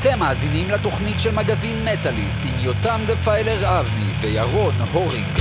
אתם מאזינים לתוכנית של מגזין מטאליסט עם יותם דפיילר אבני וירון הורינג.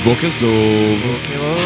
בוקר טוב. בוקר אור.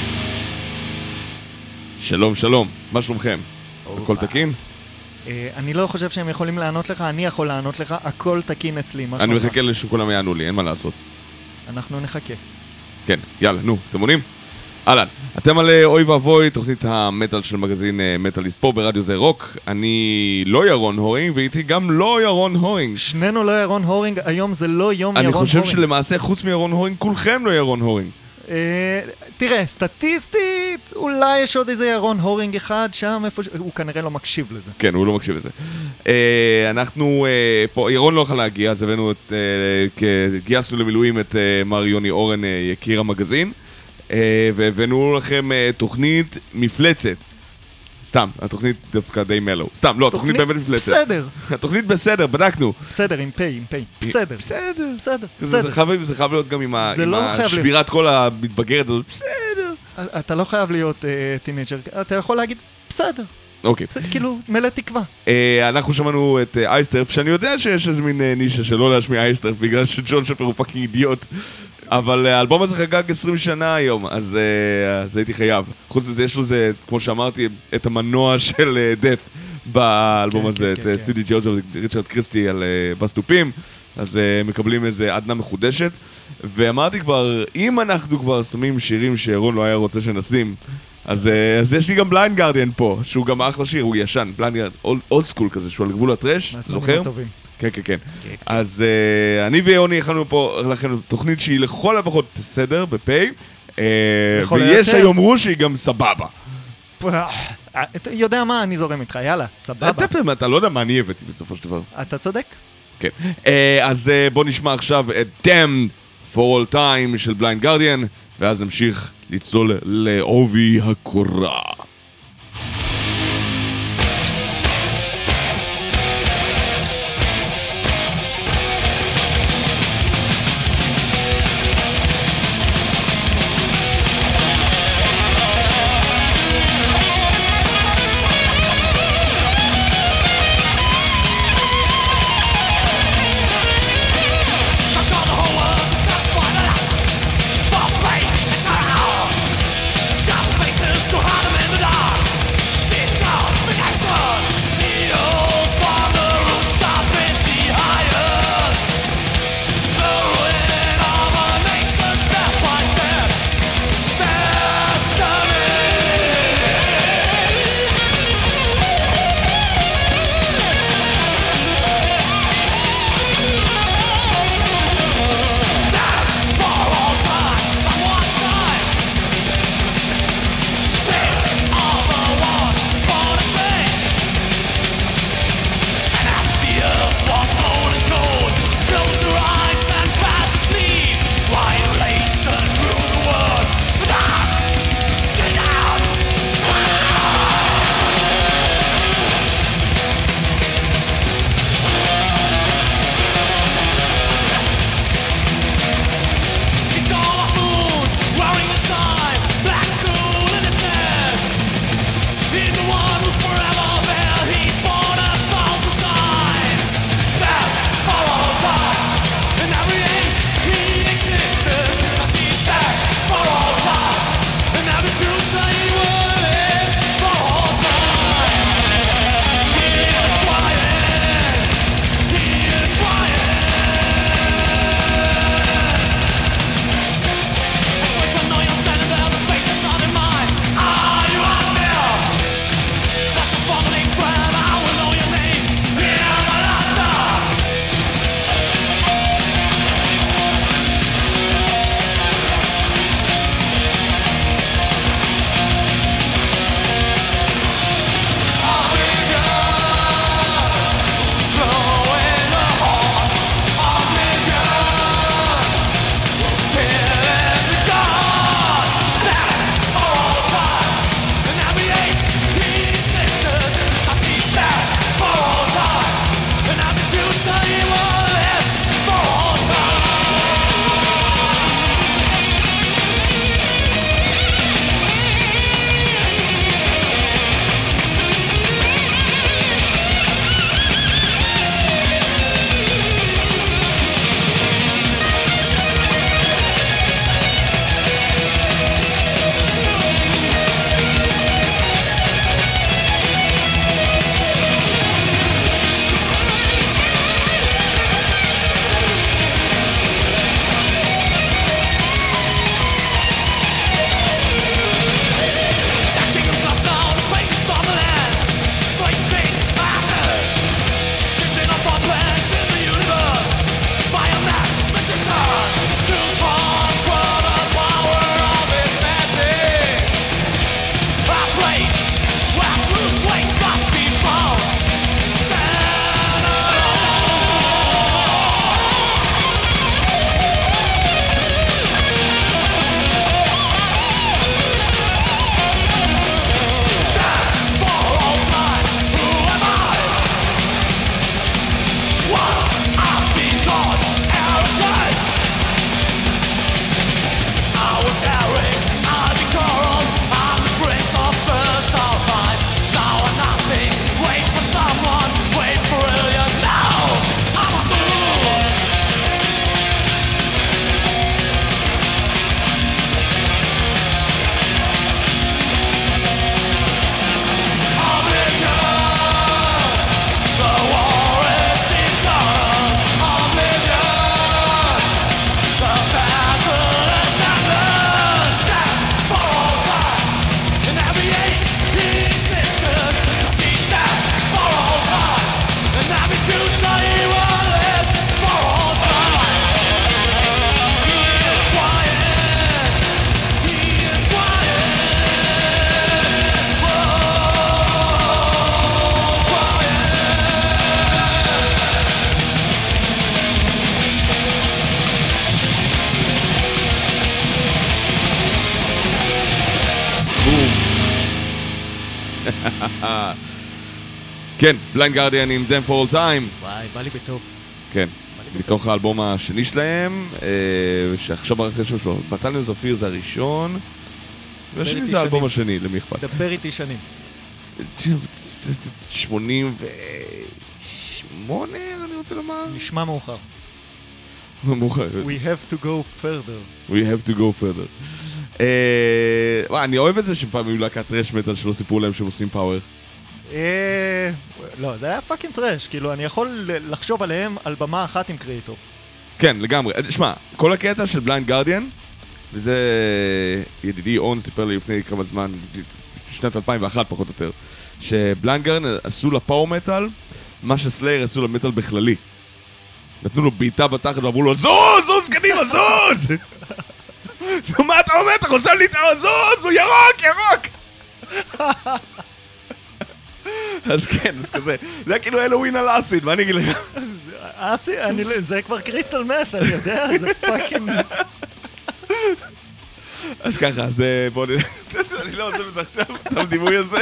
שלום, שלום. מה שלומכם? הכל תקין? אני לא חושב שהם יכולים לענות לך, אני יכול לענות לך, הכל תקין אצלי. אני מחכה שכולם יענו לי, אין מה לעשות. אנחנו נחכה. כן, יאללה, נו, אתם עונים? אהלן, אתם על אוי ואבוי, תוכנית המטל של מגזין מטליסט פה ברדיו זה רוק. אני לא ירון הורינג, ואיתי גם לא ירון הורינג. שנינו לא ירון הורינג, היום זה לא יום ירון הורינג. אני חושב שלמעשה חוץ מירון הורינג, כולכם לא ירון הורינג. תראה, סטטיסטית, אולי יש עוד איזה ירון הורינג אחד שם, איפה הוא כנראה לא מקשיב לזה. כן, הוא לא מקשיב לזה. אנחנו פה, ירון לא יכול להגיע, אז הבאנו את, גייסנו למילואים את מר יוני אורן, יקיר המגזין, והבאנו לכם תוכנית מפלצת. סתם, התוכנית דווקא די מלו. סתם, לא, התוכנית באמת מפלצת. בסדר. התוכנית בסדר, בדקנו. בסדר, עם פי. בסדר. זה חייב להיות גם עם השבירת כל המתבגרת הזאת. בסדר. אתה לא חייב להיות טינג'ר, אתה יכול להגיד בסדר. אוקיי. זה כאילו מלא תקווה. אנחנו שמענו את אייסטרף, שאני יודע שיש איזה מין נישה שלא להשמיע אייסטרף, בגלל שג'ון שפר הוא פאקינג אידיוט. אבל האלבום הזה חגג 20 שנה היום, אז הייתי חייב. חוץ מזה, יש לו זה, כמו שאמרתי, את המנוע של דף באלבום הזה, את סטידי ג'ורג'ו וריצ'רד קריסטי על בסטופים, אז מקבלים איזה עדנה מחודשת. ואמרתי כבר, אם אנחנו כבר שמים שירים שאירון לא היה רוצה שנשים, אז יש לי גם בליינד גארדיאן פה, שהוא גם אחלה שיר, הוא ישן, בליינד גארדיאן, אולד סקול כזה, שהוא על גבול הטרש, זוכר? כן. אז אני ויוני הכנו פה לכם תוכנית שהיא לכל הפחות בסדר, בפי, ויש היאמרו שהיא גם סבבה. אתה יודע מה, אני זורם איתך, יאללה, סבבה. אתה לא יודע מה אני הבאתי בסופו של דבר. אתה צודק. כן. אז בוא נשמע עכשיו את Damned for All Time של בליינד גארדיאן, ואז נמשיך לצלול לעובי הקורה. Faces to harm in the dark. כן, בליינד גארדיאן עם Them for All Time. וואי, בא לי בטוב. כן, מתוך האלבום השני שלהם, שעכשיו ברח לשם שלו. בטליונס אוף פיר זה הראשון, והשני זה האלבום השני, למי אכפת? דבר איתי שנים. 88, אני רוצה לומר. נשמע מאוחר. מאוחר. We have to go further. We have to go further. אני אוהב את זה שפעם היו להקת טרש מטל שלא סיפרו להם שהם עושים פאוור. לא, זה היה פאקינג טרש, כאילו אני יכול לחשוב עליהם על במה אחת עם קריאטור. כן, לגמרי. שמע, כל הקטע של בליינד גארדיאן, וזה ידידי און סיפר לי לפני כמה זמן, שנת 2001 פחות או יותר, שבליינד גארדיאן עשו לפאוור מטל מה שסלייר עשו למטל בכללי. נתנו לו בעיטה בתחת ואמרו לו, זוז, זוז, קדימה, זוז! נו, מה אתה אומר? אתה חוסם לי את הזוז, הוא ירוק, ירוק! אז כן, אז כזה, זה היה כאילו אלווין על אסיד, מה אני אגיד לך? אסיד, זה כבר קריסטל מת, אני יודע, זה פאקינג... אז ככה, אז בואו נראה, אני לא עושה בזה עכשיו, את הדימוי הזה.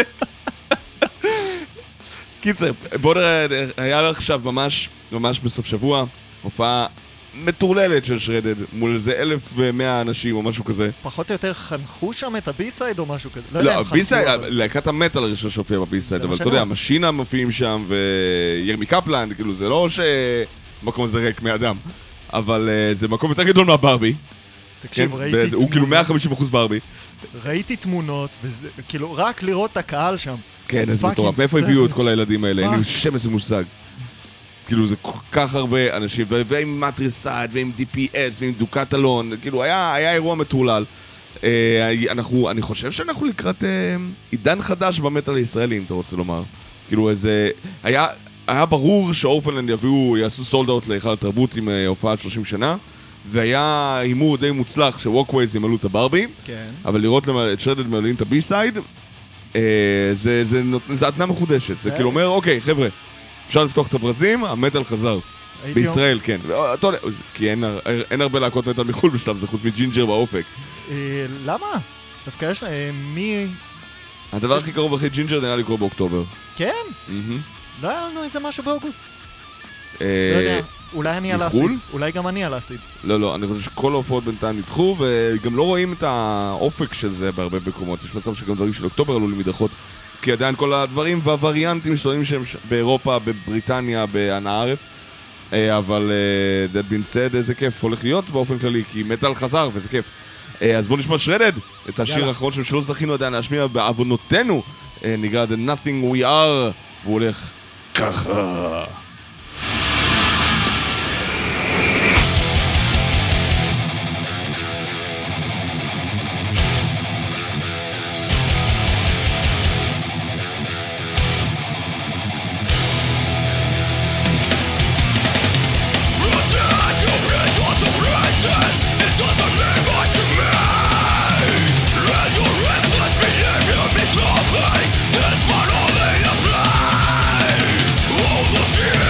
קיצר, בואו נראה, היה לך עכשיו ממש בסוף שבוע, הופעה מטורללת של שרדד, מול איזה 1,100 אנשים או משהו כזה. פחות או יותר חנכו שם את הבי-סייד או משהו כזה? לא, הבי-סייד, להקת המטל הראשון שהופיע בבי-סייד, אבל אתה יודע, משינה מופיעים שם וירמי קפלן, כאילו זה לא שמקום הזה ריק מאדם, אבל זה מקום יותר גדול מהברבי. תקשיב, ראיתי תמונות. הוא כאילו 150% ברבי. ראיתי תמונות, וכאילו רק לראות את הקהל שם. כן, איזה מטורף. מאיפה הביאו את כל הילדים האלה? אין לי שמץ ומושג. כאילו זה כל כך הרבה אנשים, ועם מטריסייד, ועם DPS, ועם דוקטלון, כאילו היה אירוע מטורלל. אני חושב שאנחנו לקראת עידן חדש במטל הישראלי, אם אתה רוצה לומר. כאילו איזה... היה ברור שאורפנלנד יעשו סולד אאוט להיכל התרבות עם הופעת 30 שנה, והיה הימור די מוצלח שווקווייז ימלאו את הברבי, אבל לראות את שרדד ממלאים את הבי-סייד, זה עדנה מחודשת. זה כאילו אומר, אוקיי, חבר'ה, אפשר לפתוח את הברזים, המטל חזר. בישראל, כן. כי אין הרבה להקות מטל מחול בשלב, זה חוץ מג'ינג'ר באופק. למה? דווקא יש מי... הדבר הכי קרוב אחרי ג'ינג'ר נראה לי קורה באוקטובר. כן? לא היה לנו איזה משהו באוגוסט. לא יודע, אולי אני על האסיד. אולי גם אני על האסיד. לא, אני חושב שכל ההופעות בינתיים נדחו, וגם לא רואים את האופק של זה בהרבה מקומות. יש מצב שגם דברים של אוקטובר עלו למדחות, כי עדיין כל הדברים והווריאנטים שלהם שהם באירופה, בבריטניה, באנה ערף. אבל that being said, איזה כיף הולך להיות באופן כללי, כי מטל חזר וזה כיף. אז בואו נשמע שרדד, את השיר האחרון שלא זכינו עדיין להשמיע בעוונותינו, נקרא The Nothing We Are, והוא הולך ככה. This one only applies. All the shit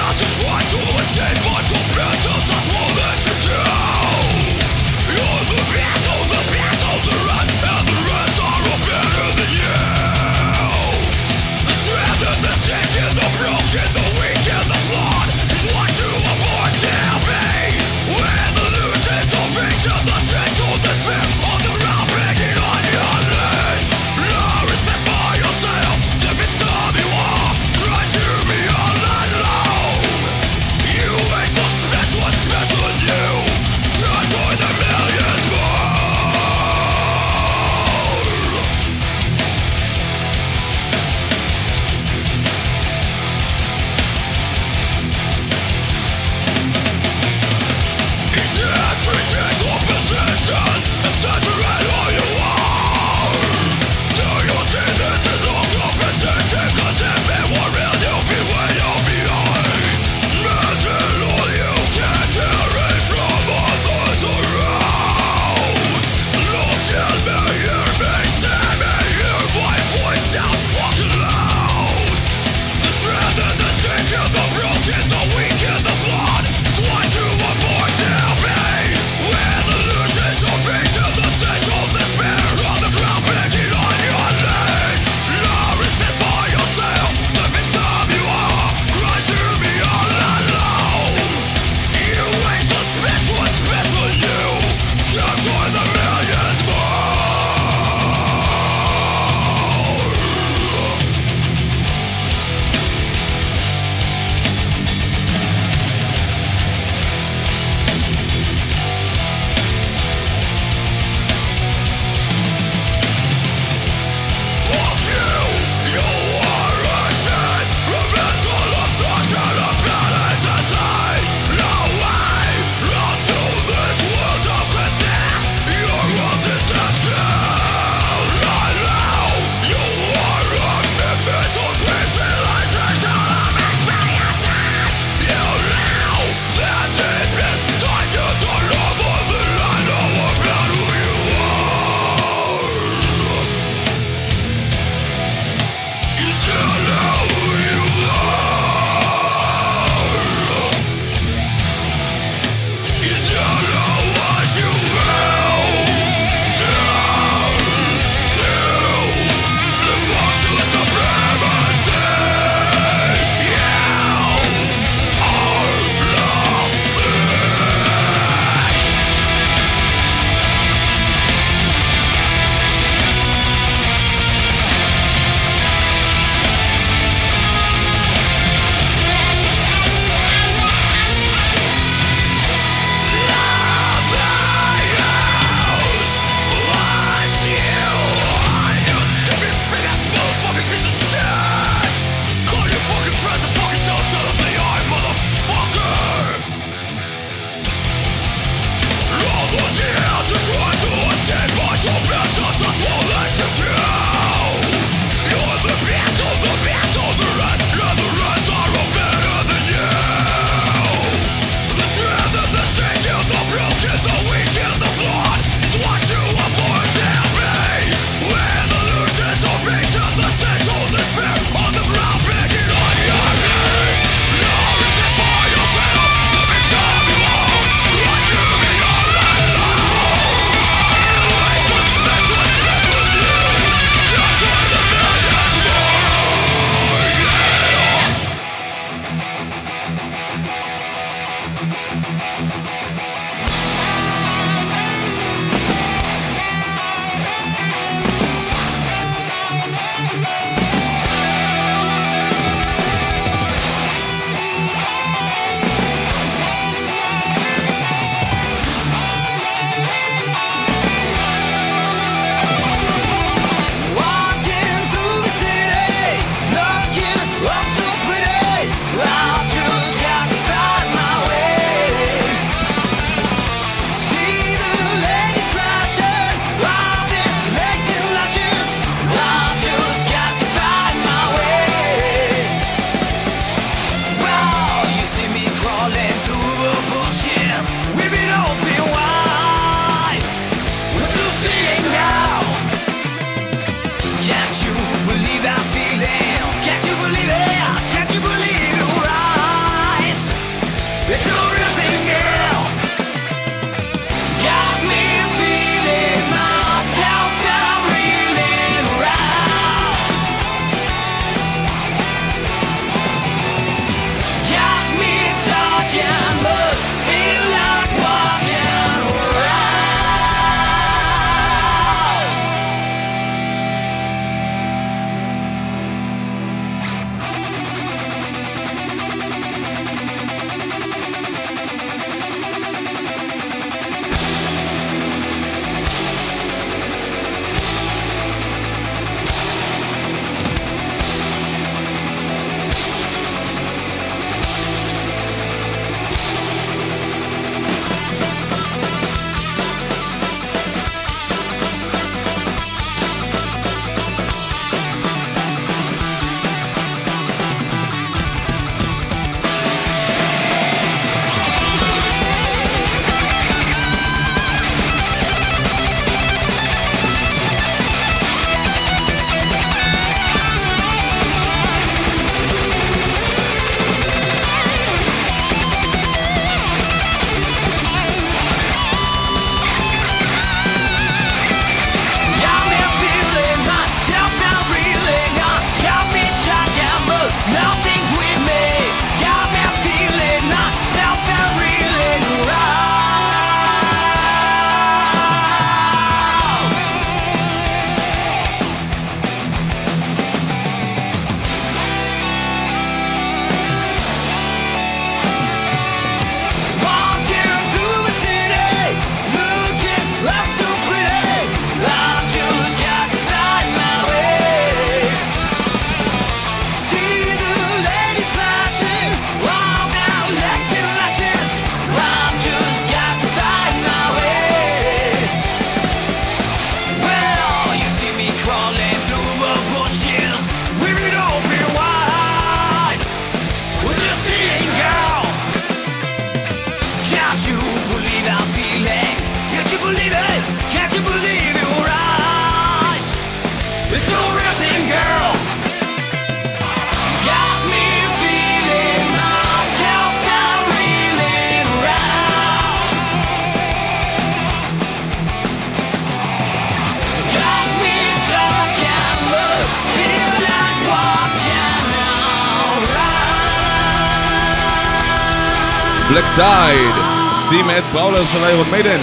בלק טייד, עושים את פראולר של איירון מיידן.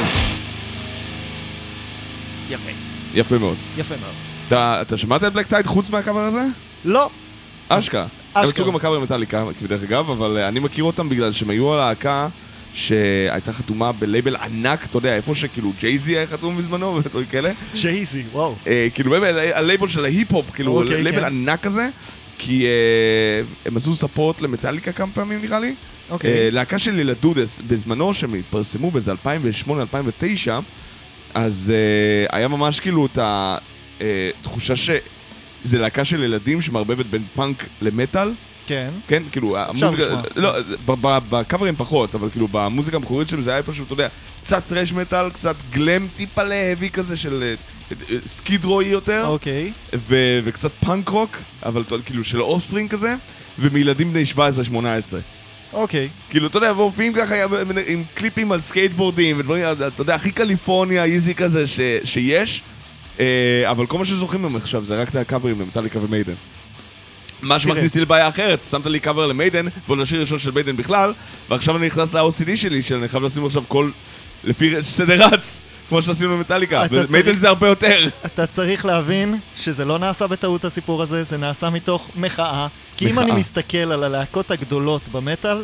יפה. יפה מאוד. יפה מאוד. אתה שמעת את בלק טייד חוץ מהקאבר הזה? לא. אשכה. הם עשו גם הקאבר מטאליקה, כבדרך אגב, אבל אני מכיר אותם בגלל שהם היו הלהקה שהייתה חתומה בלייבל ענק, אתה יודע, איפה שכאילו ג'ייזי היה חתום בזמנו ודברים כאלה. ג'ייזי, וואו. כאילו הלייבל של ההיפ-הופ, כאילו לייבל ענק כזה, כי הם עשו ספורט למטאליקה כמה פעמים נראה לי. להקה של ילדודס, בזמנו שהם התפרסמו באיזה 2008-2009, אז היה ממש כאילו את התחושה שזה להקה של ילדים שמערבבת בין פאנק למטאל. כן. כן, כאילו, המוזיקה, לא, בקאברים פחות, אבל כאילו במוזיקה המקורית שלהם זה היה איפשהו, אתה יודע, קצת טרש מטאל, קצת גלם טיפה להבי כזה של סקיד רוי יותר. אוקיי. וקצת פאנק רוק, אבל כאילו של אוספרינג כזה, ומילדים בני 17-18. אוקיי. כאילו, אתה יודע, והופיעים ככה עם קליפים על סקייטבורדים ודברים, אתה יודע, הכי קליפורניה, איזי כזה שיש, אבל כל מה שזוכרים מהם עכשיו זה רק את הקאברים למטאליקה ומיידן. מה שמכניס לי לבעיה אחרת, שמת לי קאבר למיידן, ועוד לשיר ראשון של מיידן בכלל, ועכשיו אני נכנס ל-OCD שלי, שאני חייב לשים עכשיו כל, לפי סדר רץ, כמו שעשינו במטליקה, ומיידן זה הרבה יותר. אתה צריך להבין שזה לא נעשה בטעות הסיפור הזה, זה נעשה מתוך מחאה, כי אם אני מסתכל על הלהקות הגדולות במטל,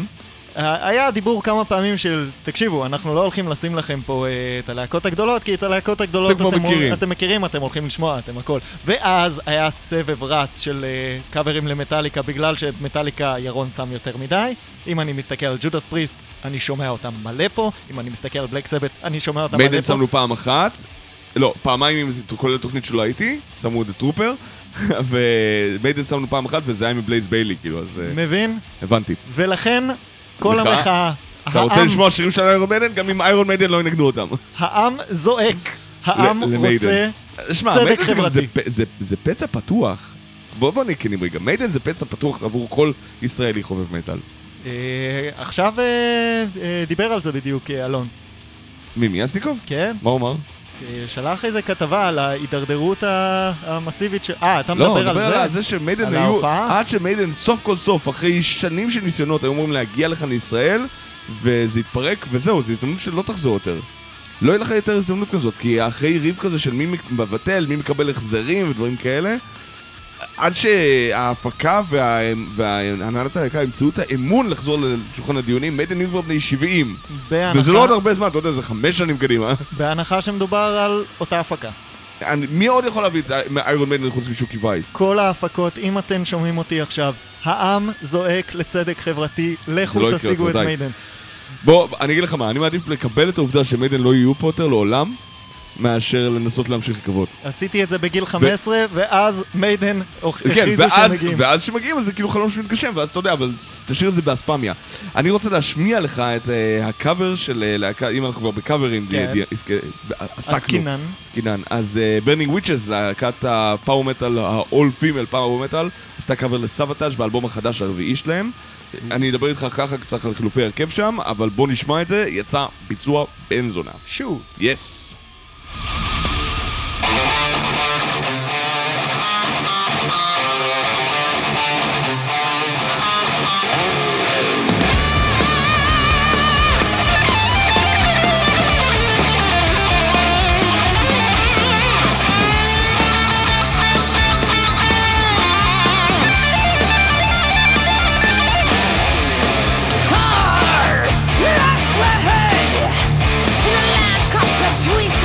היה דיבור כמה פעמים של, תקשיבו, אנחנו לא הולכים לשים לכם פה את הלהקות הגדולות, כי את הלהקות הגדולות אתם מכירים, אתם הולכים לשמוע, אתם הכל. ואז היה סבב רץ של קאברים למטליקה, בגלל שאת מטליקה ירון שם יותר מדי. אם אני מסתכל על ג'ודס פריסט, אני שומע אותם מלא פה. אם אני מסתכל על בלק סבת, אני שומע אותם מלא פה. מיידן שמנו פעם אחת, לא, פעמיים אם זה כולל התוכנית שלא הייתי, שמו את הטרופר, ומיידן שמנו פעם אחת, וזה היה מבלייז ביילי, כאילו, אז... מבין? הבנתי. ולכן... כל המחאה, אתה רוצה לשמוע שירים של איירון מיידן? גם אם איירון מיידן לא ינגנו אותם. העם זועק, העם רוצה צדק חברתי. זה פצע פתוח. בוא נקנים רגע, מיידן זה פצע פתוח עבור כל ישראלי חובב מטל. עכשיו דיבר על זה בדיוק אלון. מי אסניקוב? כן. מה הוא אמר? שלח איזה כתבה על ההידרדרות המסיבית אתה לא, מדבר על זה? על זה שמיידן היו, עד שמיידן סוף כל סוף, אחרי שנים של ניסיונות, היו אמורים להגיע לך לישראל, וזה התפרק, וזהו, זו הזדמנות שלא תחזור יותר. לא יהיה לך יותר הזדמנות כזאת, כי אחרי ריב כזה של מי מבטל, מי מקבל החזרים ודברים כאלה, עד שההפקה והנהלת הלהקה ימצאו את האמון לחזור לשולחן הדיונים, מיידן כבר בני 70. וזה לא עוד הרבה זמן, אתה יודע, זה 5 שנים קדימה. בהנחה שמדובר על אותה הפקה. מי עוד יכול להביא את איירון מיידן חוץ משוקי וייס? כל ההפקות, אם אתם שומעים אותי עכשיו, העם זועק לצדק חברתי, לכו תשיגו את מיידן. בוא, אני אגיד לך מה, אני מעדיף לקבל את העובדה שמיידן לא יהיו פה יותר לעולם, מאשר לנסות להמשיך לקוות. עשיתי את זה בגיל 15, ואז מיידן הכריזו שמגיעים. ואז שמגיעים, אז זה כאילו חלום שמתגשם, ואז אתה יודע, אבל תשאיר את זה באספמיה. אני רוצה להשמיע לך את הקאבר של להקה, אם אנחנו כבר בקאברים, עסקינן. אז Burning Witches, להקת הפאור מטל, ה-all female פאור מטל, עשתה קאבר לסבתאז' באלבום החדש הרביעי שלהם. אני אדבר איתך ככה קצת על חילופי הרכב שם, אבל בוא נשמע את זה, יצא ביצוע בן זונה. שוט. יס. Sweet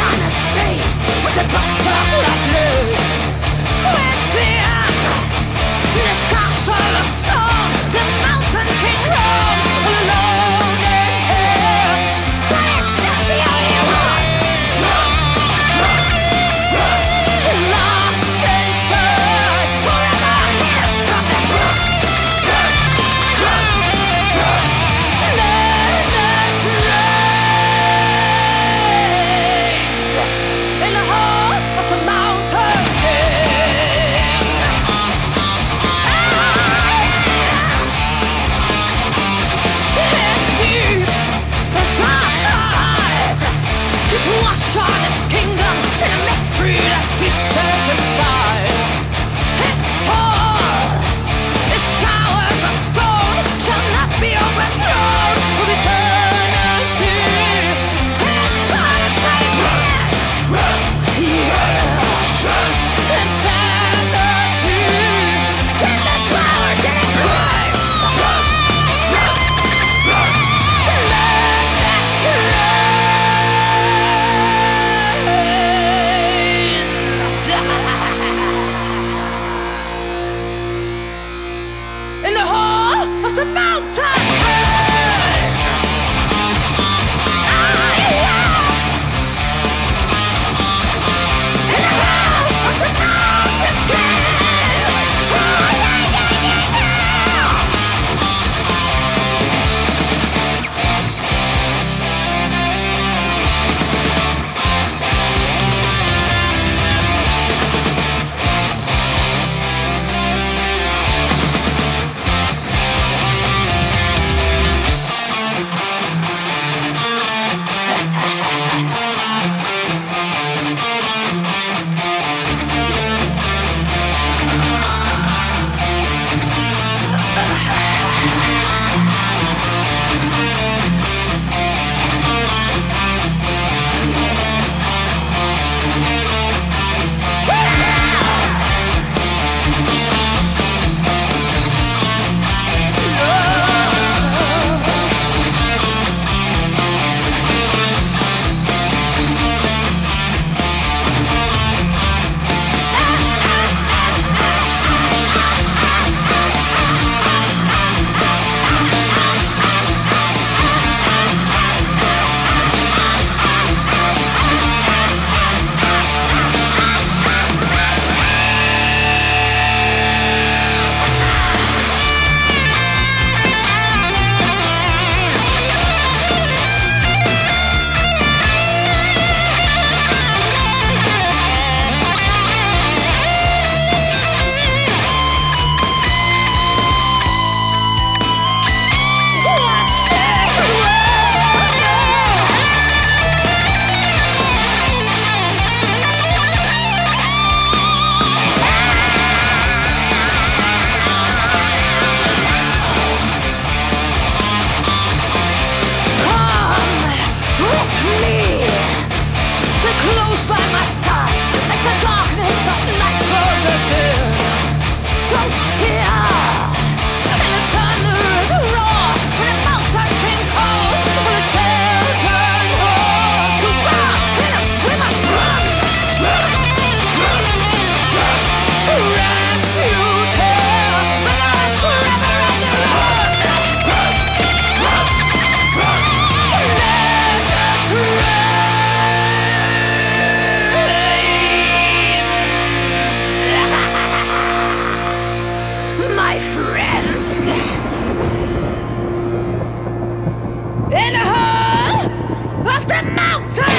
in the hall of the mountain.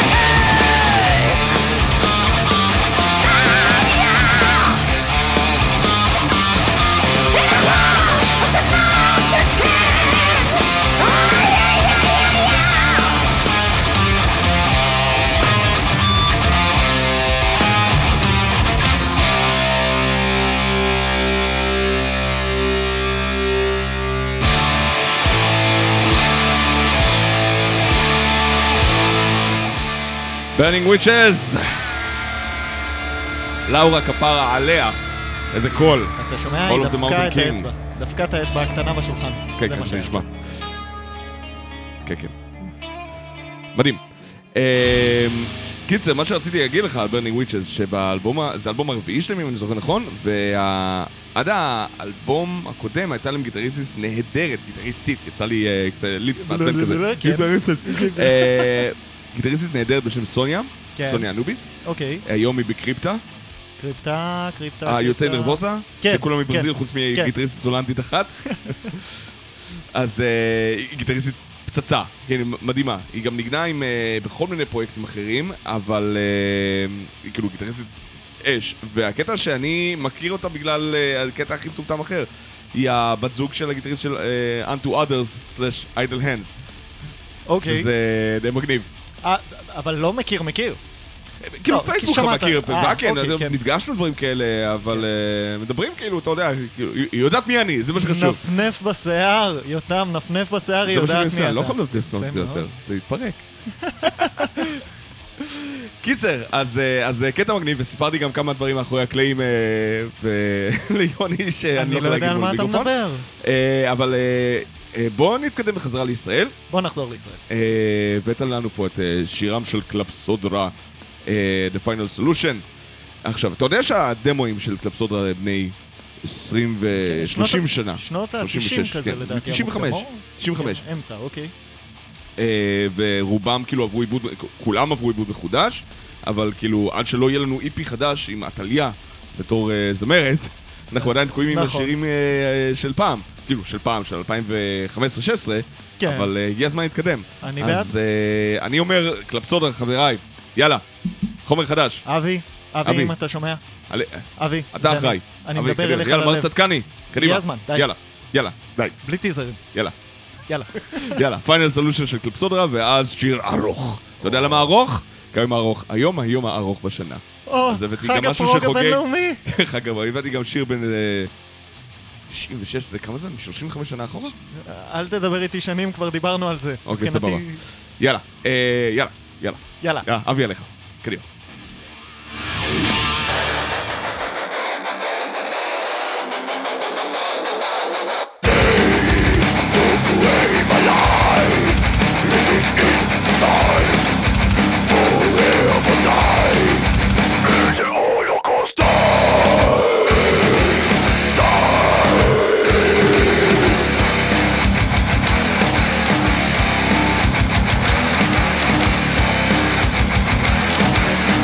Burning Witches! לאורה כפרה עליה. איזה קול. אתה שומע? All היא of the דפקה Mountain את King. האצבע. דפקה את האצבע הקטנה בשולחן. כן, זה כן, מה זה שהיה. נשמע. כן, כן. מדהים. קיצר, מה שרציתי להגיד לך על Burning Witches, שבאלבום, זה האלבום הרביעי שלהם, אם אני זוכר נכון, ועד האלבום הקודם הייתה להם גיטריסטית נהדרת, גיטריסטית, יצא לי קצת ליפס מעצבן כזה. גיטריסטית נהדרת בשם סוניה, סוניה אנוביס. אוקיי. היום היא בקריפטה. קריפטה. היוצאי נרבוסה, כן, שכולם מברזיל כן, חוץ כן. מגיטריסטית הולנדית אחת. אז היא גיטריסטית פצצה, כן, מדהימה. היא גם נגנה עם בכל מיני פרויקטים אחרים, אבל היא כאילו גיטריסטית אש. והקטע שאני מכיר אותה בגלל הקטע הכי מטומטם אחר, היא הבת זוג של הגיטריסט של Unto Others/Idle Hands. אוקיי. שזה די מגניב. אבל לא מכיר. כאילו לא, פייסבוק שמעת. מכיר, כן, אוקיי, כן. נפגשנו דברים כאלה, אבל מדברים כאילו, אתה יודע, היא יודעת מי אני, זה מה שחשוב. נפנף בשיער, יותם, נפנף בשיער, היא זה מה שאני יודעת מי עושה, אתה. אני לא יכול לנפנף את זה יותר, זה יתפרק. קיצר, אז קטע מגניב, וסיפרתי גם כמה דברים מאחורי הקלעים ליוני שאני אני לא לא יכול יודע להגיד על מול מה אתה המיקרופון. מדבר. אבל בואו נתקדם בחזרה לישראל. בוא נחזור לישראל. הבאת לנו פה את שירם של קלפסודרה, The Final Solution. עכשיו, אתה יודע שהדמוים של קלפסודרה בני 20 ו-30 שנה. שנות ה-90 36, כזה כן, לדעתי. 95, המוקדמות. 95. כן, אמצע, אוקיי. ורובם כאילו עברו עיבוד, כולם עברו עיבוד מחודש, אבל כאילו עד שלא יהיה לנו איפי חדש עם עטליה בתור זמרת, אנחנו עדיין תקועים עם נכון. השירים של פעם, כאילו של פעם, של 2015-16, כן. אבל הגיע הזמן להתקדם. אני בעד. אז אני אומר, קלפסודרה, חבריי, יאללה, חומר חדש. אבי, אבי. אם אתה שומע, עלי- אבי. אתה זה אחראי. אני אבי, מדבר קדימה. אליך יאללה, מר ללב. צדקני, קדימה. הגיע הזמן, די. יאללה, די, בלי טיזרים. יאללה. יאללה. יאללה, פיינל סולושן של קלפסודרה, ואז שיר ארוך. אתה יודע למה ארוך? גם ארוך. היום הארוך בשנה. או, אז הבאתי חג גם משהו הפרוג שחוגג. הבינלאומי. חג אבל הבאתי גם שיר בין 96, זה כמה זמן? 35 שנה אחורה? אל תדבר איתי שנים, כבר דיברנו על זה. אוקיי, מבחינתי- סבבה. יאללה, יאללה. יאללה. אבי עליך. קדימה. Die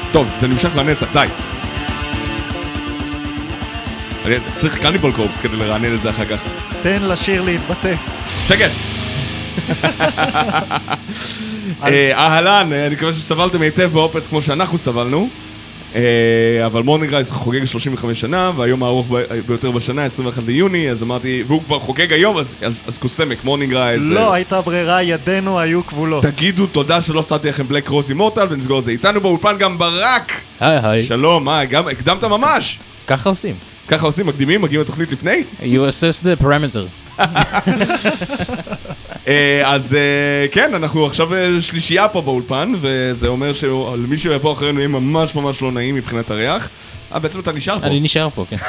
טוב, זה נמשך לנצח, די. אני צריך קניבול קורפס כדי לרענן את זה אחר כך. תן לשיר להתבטא. שקט! אהלן, אני מקווה שסבלתם היטב באופת כמו שאנחנו סבלנו. אבל מורנינג רייז חוגג 35 שנה, והיום הארוך ביותר בשנה, 21 ליוני, אז אמרתי, והוא כבר חוגג היום, אז קוסמק, מורנינג רייז. לא הייתה ברירה, ידינו היו כבולות. תגידו תודה שלא שמתי לכם בלק רוס אימורטל, ונסגור את זה. איתנו באולפן גם ברק! היי. שלום, גם הקדמת ממש? ככה עושים. ככה עושים, מקדימים, מגיעים לתוכנית לפני? You assess the parameter. אז כן, אנחנו עכשיו שלישייה פה באולפן, וזה אומר שלמי שיבוא אחרינו יהיה ממש ממש לא נעים מבחינת הריח. בעצם אתה נשאר פה. אני נשאר פה, כן.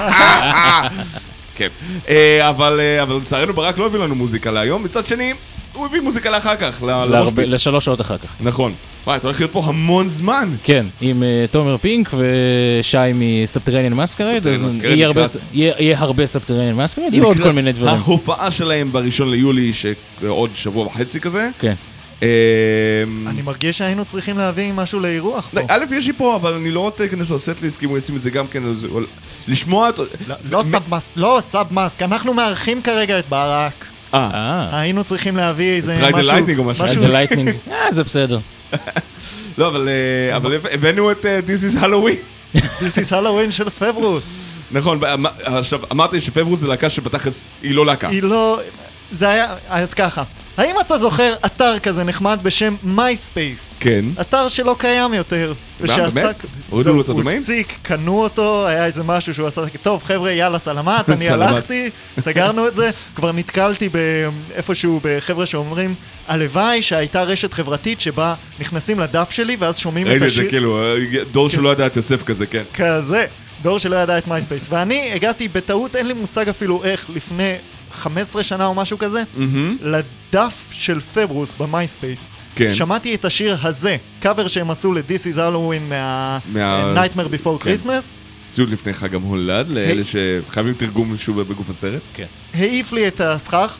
כן. אבל לצערנו ברק לא הביא לנו מוזיקה להיום, מצד שני, הוא הביא מוזיקה לאחר כך, לשלוש שעות אחר כך. נכון. וואי, אתה הולך להיות פה המון זמן. כן, עם תומר פינק ושי מסאבטרניאן מסקרד, אז יהיה הרבה סאבטרניאן מסקרד, יהיו עוד כל מיני דברים. ההופעה שלהם בראשון ליולי, שעוד שבוע וחצי כזה. כן. אני מרגיש שהיינו צריכים להביא משהו לאירוח פה. א', יש לי פה, אבל אני לא רוצה להיכנס לסט ליסט, כי הוא ישים את זה גם כן, לשמוע אותו. לא סאב-מאסק, אנחנו מארחים כרגע את ברק. היינו צריכים להביא איזה משהו... טרייד לייטנינג או משהו. איזה לייטנינג, זה בסדר. לא, אבל הבאנו את This is Halloween. This is Halloween של פברוס. נכון, עכשיו אמרתי שפברוס זה להקה שבתכלס היא לא להקה. היא לא... זה היה... אז ככה. האם אתה זוכר אתר כזה נחמד בשם MySpace? כן. אתר שלא קיים יותר. באמת? הורידו לו את הדומיין? הוא הפסיק, קנו אותו, היה איזה משהו שהוא עשה... טוב חבר'ה, יאללה סלמת, אני הלכתי, סגרנו את זה. כבר נתקלתי באיפשהו בחבר'ה שאומרים, הלוואי שהייתה רשת חברתית שבה נכנסים לדף שלי ואז שומעים את השיר. ראיתי את זה כאילו, דור שלא ידע את יוסף כזה, כן. כזה, דור שלא ידע את MySpace. ואני הגעתי בטעות, אין לי מושג אפילו איך, לפני 15 שנה או משהו כזה, לדף של פברוס במייספייס. כן. שמעתי את השיר הזה, קאבר שהם עשו ל-This is Halloween מה-Nightmare Before Christmas. סיוד לפני חג המולד, לאלה שחייבים תרגום משהו בגוף הסרט. כן. העיף לי את הסכך,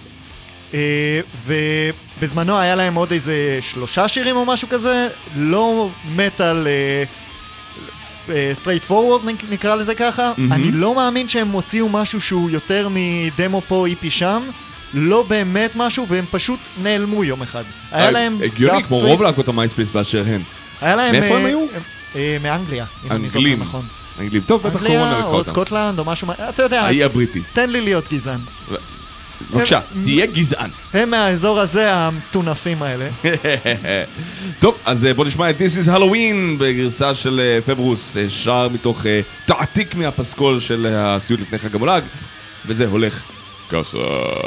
ובזמנו היה להם עוד איזה 3 שירים או משהו כזה, לא מטל... straight forward נקרא לזה ככה. אני לא מאמין שהם הוציאו משהו שהוא יותר מדמו פה איפי שם, לא באמת משהו, והם פשוט נעלמו יום אחד. היה להם הגיוני כמו רוב להקות המייספייס באשר הן. היה להם... מאיפה הם היו? מאנגליה. אנגלים. אנגלים. טוב, בטח קורונה לקחה אותם. או סקוטלנד או משהו, אתה יודע. האי הבריטי. תן לי להיות גזען. בבקשה, תהיה גזען. הם מהאזור הזה, המטונפים האלה. טוב, אז בוא נשמע את This is Halloween בגרסה של פברוס, שר מתוך תעתיק מהפסקול של הסיוד לפני חג המולד, וזה הולך ככה.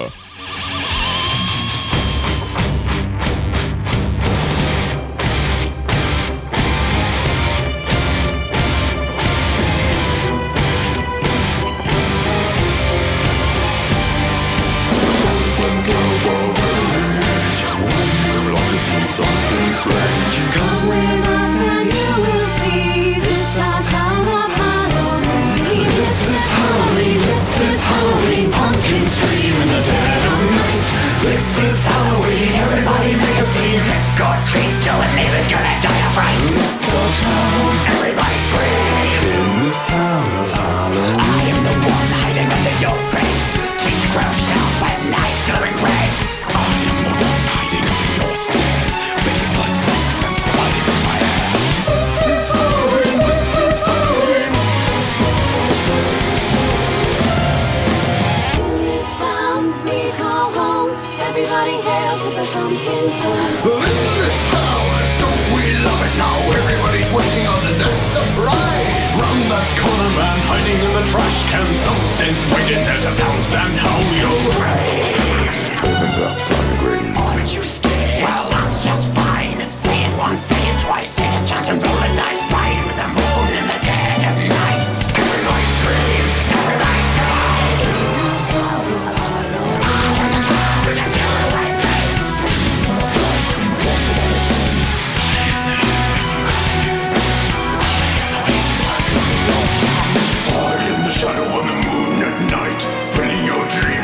Something strange. Come with us and you will see. This is our town of Halloween. This is Halloween. This is Halloween. Pumpkins scream in the dead of night. This is Halloween. Everybody make a scene. Trick or treat till the neighbor's gonna die of fright. Let's go town. Everybody scream. In this town of Halloween. I am the one hiding under your bed. Teeth ground sharp and knives glowing red. I am the one hiding under your stairs. Biggest like snakes and spiders in my hair. This is Halloween, this is Halloween. In this town we call home. Everybody hail to the pumpkin song. In this town, don't we love it now? Everybody's waiting on the next surprise. Round that corner man hiding in the trash can. Something's waiting there to pounce and how you'll brave. Open up, aren't you scared? Well, that's just fine. Say it once, say it twice. Take a chance and roll the dice. Ride with the moon in the dead of night. Everybody scream, everybody cry. In the town of Halloween. I am the clown with a terror-like face. In the flesh and blood without a trace. I am the shadow on the moon at night, filling your dreams.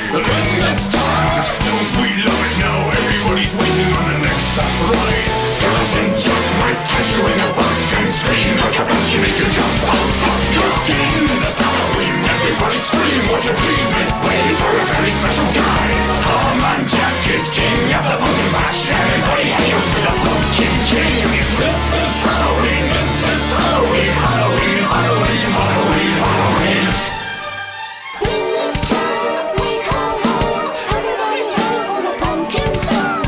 In this town, don't we love it now? Everybody's waiting on the next surprise. Skeleton Jack might catch you in a bug and scream like a banshee, make you jump out of your skin. This Halloween, everybody scream, won't you please make way for a very special guy? Come on, Jack is king of the pumpkin patch. Everybody hail to the pumpkin king. This is Halloween, this is Halloween, Halloween, Halloween, Halloween, Halloween. In this town we call home, everybody hails for the pumpkin song.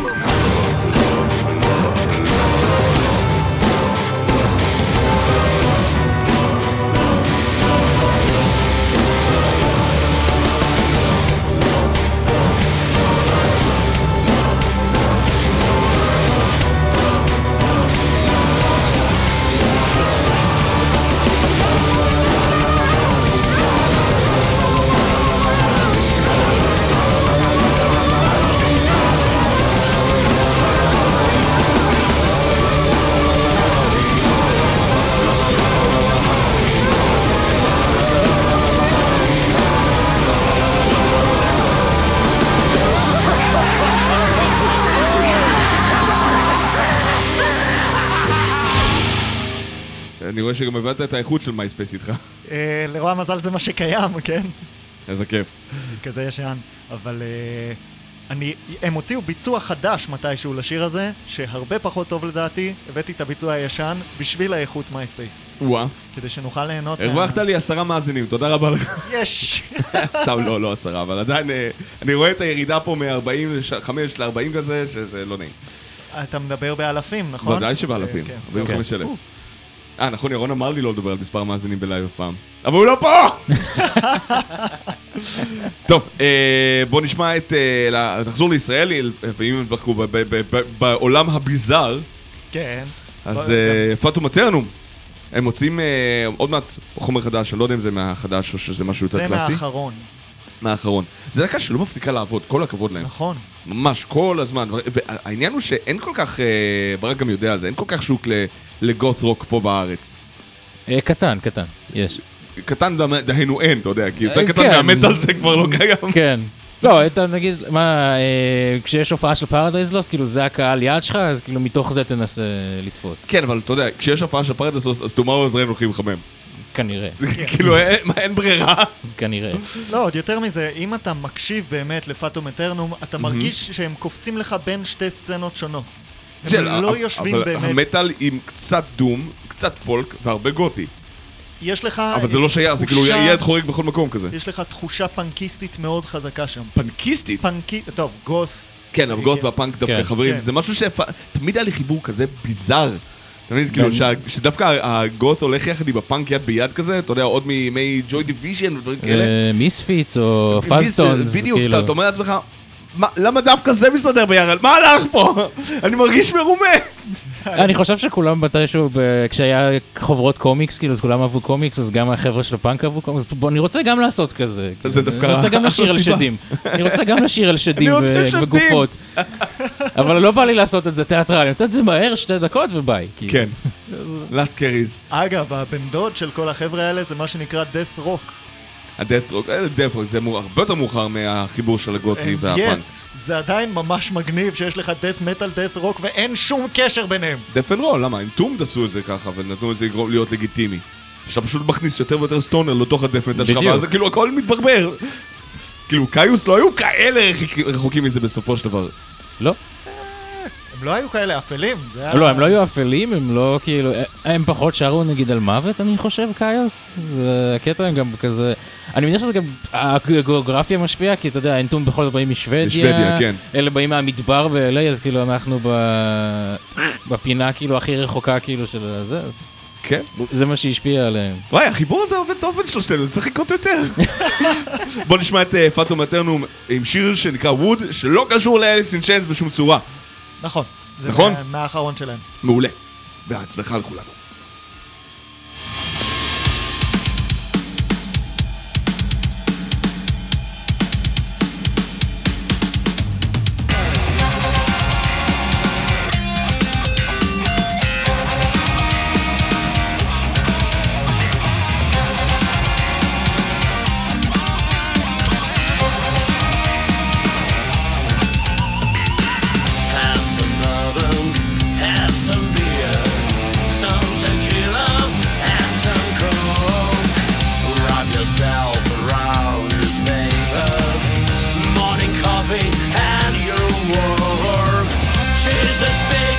אני רואה שגם הבאת את האיכות של מייספייס איתך. לרוע המזל זה מה שקיים, כן? איזה כיף. כזה ישן. אבל הם הוציאו ביצוע חדש מתישהו לשיר הזה, שהרבה פחות טוב לדעתי. הבאתי את הביצוע הישן בשביל האיכות מייספייס. וואה. כדי שנוכל ליהנות הרווחת לי 10 מאזינים, תודה רבה לך. יש! סתם לא 10, אבל עדיין אני רואה את הירידה פה מ-45 ל-40 כזה, שזה לא נעים. אתה מדבר באלפים, נכון? ודאי שבאלפים, כן. 45,000. נכון, ירון אמר לי לא לדבר על מספר מאזינים בלייב אף פעם. אבל הוא לא פה! טוב, בוא נשמע נחזור לישראל, ואם הם דווקא בעולם הביזר, כן. אז פאטום מטרנום. הם מוצאים עוד מעט חומר חדש, אני לא יודע אם זה מהחדש או שזה משהו יותר קלאסי. זה מהאחרון. מהאחרון. זה להקה שלא מפסיקה לעבוד, כל הכבוד להם. נכון. ממש, כל הזמן. והעניין הוא שאין כל כך, ברק גם יודע על זה, אין כל כך שוק לגות רוק פה בארץ. קטן, יש. קטן דהיינו אין, אתה יודע, כי יותר קטן מהמטל זה כבר לא קיים. כן. לא, אתה נגיד, מה, כשיש הופעה של פרדייז לוסט, כאילו זה הקהל יעד שלך, אז כאילו מתוך זה תנסה לתפוס. כן, אבל אתה יודע, כשיש הופעה של פרדייז לוסט, אז תאמר עוזרנו הולכים לחמם. כנראה. כאילו, אין ברירה. כנראה. לא, עוד יותר מזה, אם אתה מקשיב באמת לפאטום אטרנום, אתה מרגיש שהם קופצים לך בין שתי סצנות שונות. הם לא יושבים באמת. אבל המטל עם קצת דום, קצת פולק והרבה גותי. יש לך... אבל זה לא שייך, זה כאילו ילד חורג בכל מקום כזה. יש לך תחושה פנקיסטית מאוד חזקה שם. פנקיסטית? טוב, גות. כן, אבל גות והפאנק דווקא חברים, זה משהו שתמיד היה לי חיבור כזה ביזר. אתה מבין, כאילו, שדווקא הגות הולך יחד עם הפאנק יד ביד כזה, אתה יודע, עוד מימי ג'וי דיוויז'ן ודברים כאלה. מיספיץ או פאסטונס, בדיוק, אתה אומר לעצמך, למה דווקא זה מסתדר ביחד? מה הלך פה? אני מרגיש מרומה. אני חושב שכולם מתישהו, כשהיה חוברות קומיקס, כאילו, אז כולם אהבו קומיקס, אז גם החבר'ה של הפאנק אהבו קומיקס. אני רוצה גם לעשות כזה. אני רוצה גם לשיר על שדים. אני רוצה גם לשיר על שדים וגופות. אבל לא בא לי לעשות את זה תיאטרלי. אני רוצה את זה מהר, 2 דקות וביי. כן. Last Carries. אגב, הבן דוד של כל החבר'ה האלה זה מה שנקרא Death Rock. ה-Death Rock זה הרבה יותר מאוחר מהחיבור של הגותי והפאנק. זה עדיין ממש מגניב שיש לך Death Metal, Death Rock ואין שום קשר ביניהם. Death and Roll, למה? אינטומד עשו את זה ככה ונתנו את זה להיות לגיטימי. שאתה פשוט מכניס יותר ויותר סטונר לתוך ה-Death Metal שלך, ואז כאילו הכל מתברבר. כאילו קאיוס לא היו כאלה רחוקים מזה בסופו של דבר. לא. הם לא היו כאלה אפלים. לא, הם לא היו אפלים, הם לא כאילו... הם פחות שרו נגיד על מוות, אני חושב, קאיוס. זה הקטע הם גם כזה... אני מניח שזה גם... הגיאוגרפיה משפיעה, כי אתה יודע, אינטום בכל זאת באים משוודיה. משוודיה, כן. אלה באים מהמדבר ב-LA, אז כאילו אנחנו בפינה כאילו הכי רחוקה כאילו של זה, אז... כן. זה מה שהשפיע עליהם. וואי, החיבור הזה עובד טוב בין שלושתנו, צריך לקרות יותר. בוא נשמע את פאטום מטרנום עם שיר שנקרא ווד, שלא קשור לאליס אין צ'יינס בשום צורה. נכון. נכון? זה מהאחרון שלהם. מעולה. בהצלחה לכולנו.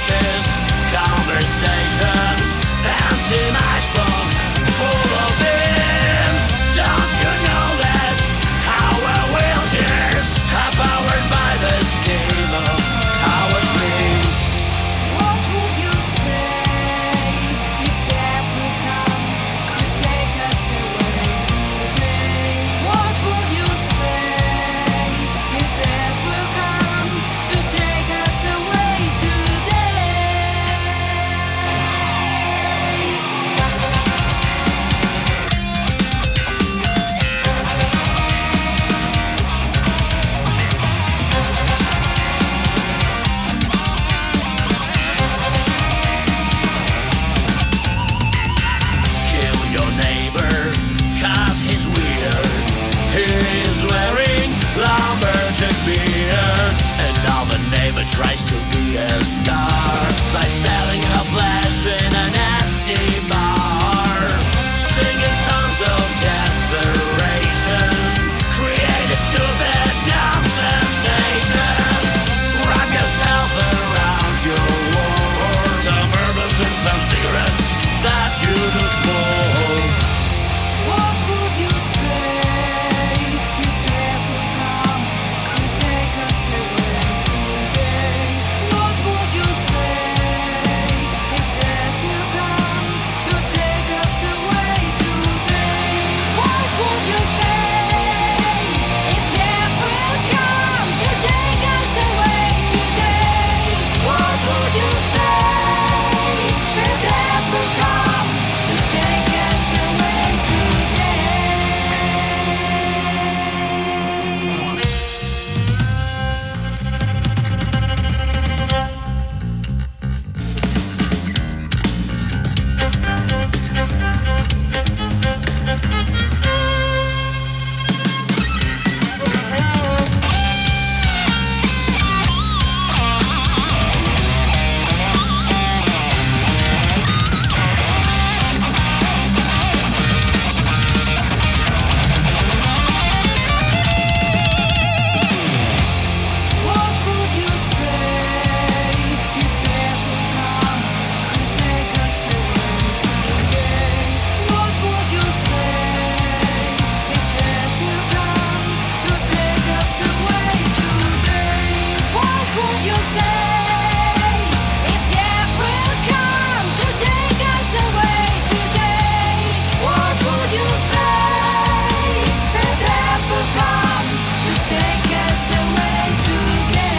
couches, conversations, empty matchbox full of beams. Don't you know that our wheelchairs are powered by the steam of our dreams? What would you say if death would come to take us away today? What would you say if death will come to take us away today? Kill your neighbor, 'cause he's weird. He's wearing lumberjack beard, and now the neighbor tries to be a star by selling her flesh in a nasty bar, singing songs of desperation, created stupid dumb sensations. Wrap yourself around your world, some herbs and some cigarettes that you do smoke. What would you say if death would come to take us away today? What would you say if death will come to take us away today? What would you say if death will come to take us away today? What would you say if death will come to take us away today? What would you say if death will come to take us away today? What would you say if death will come to take us away today? What would you say if death will come to take us away today? What would you say if death will come to take us away today?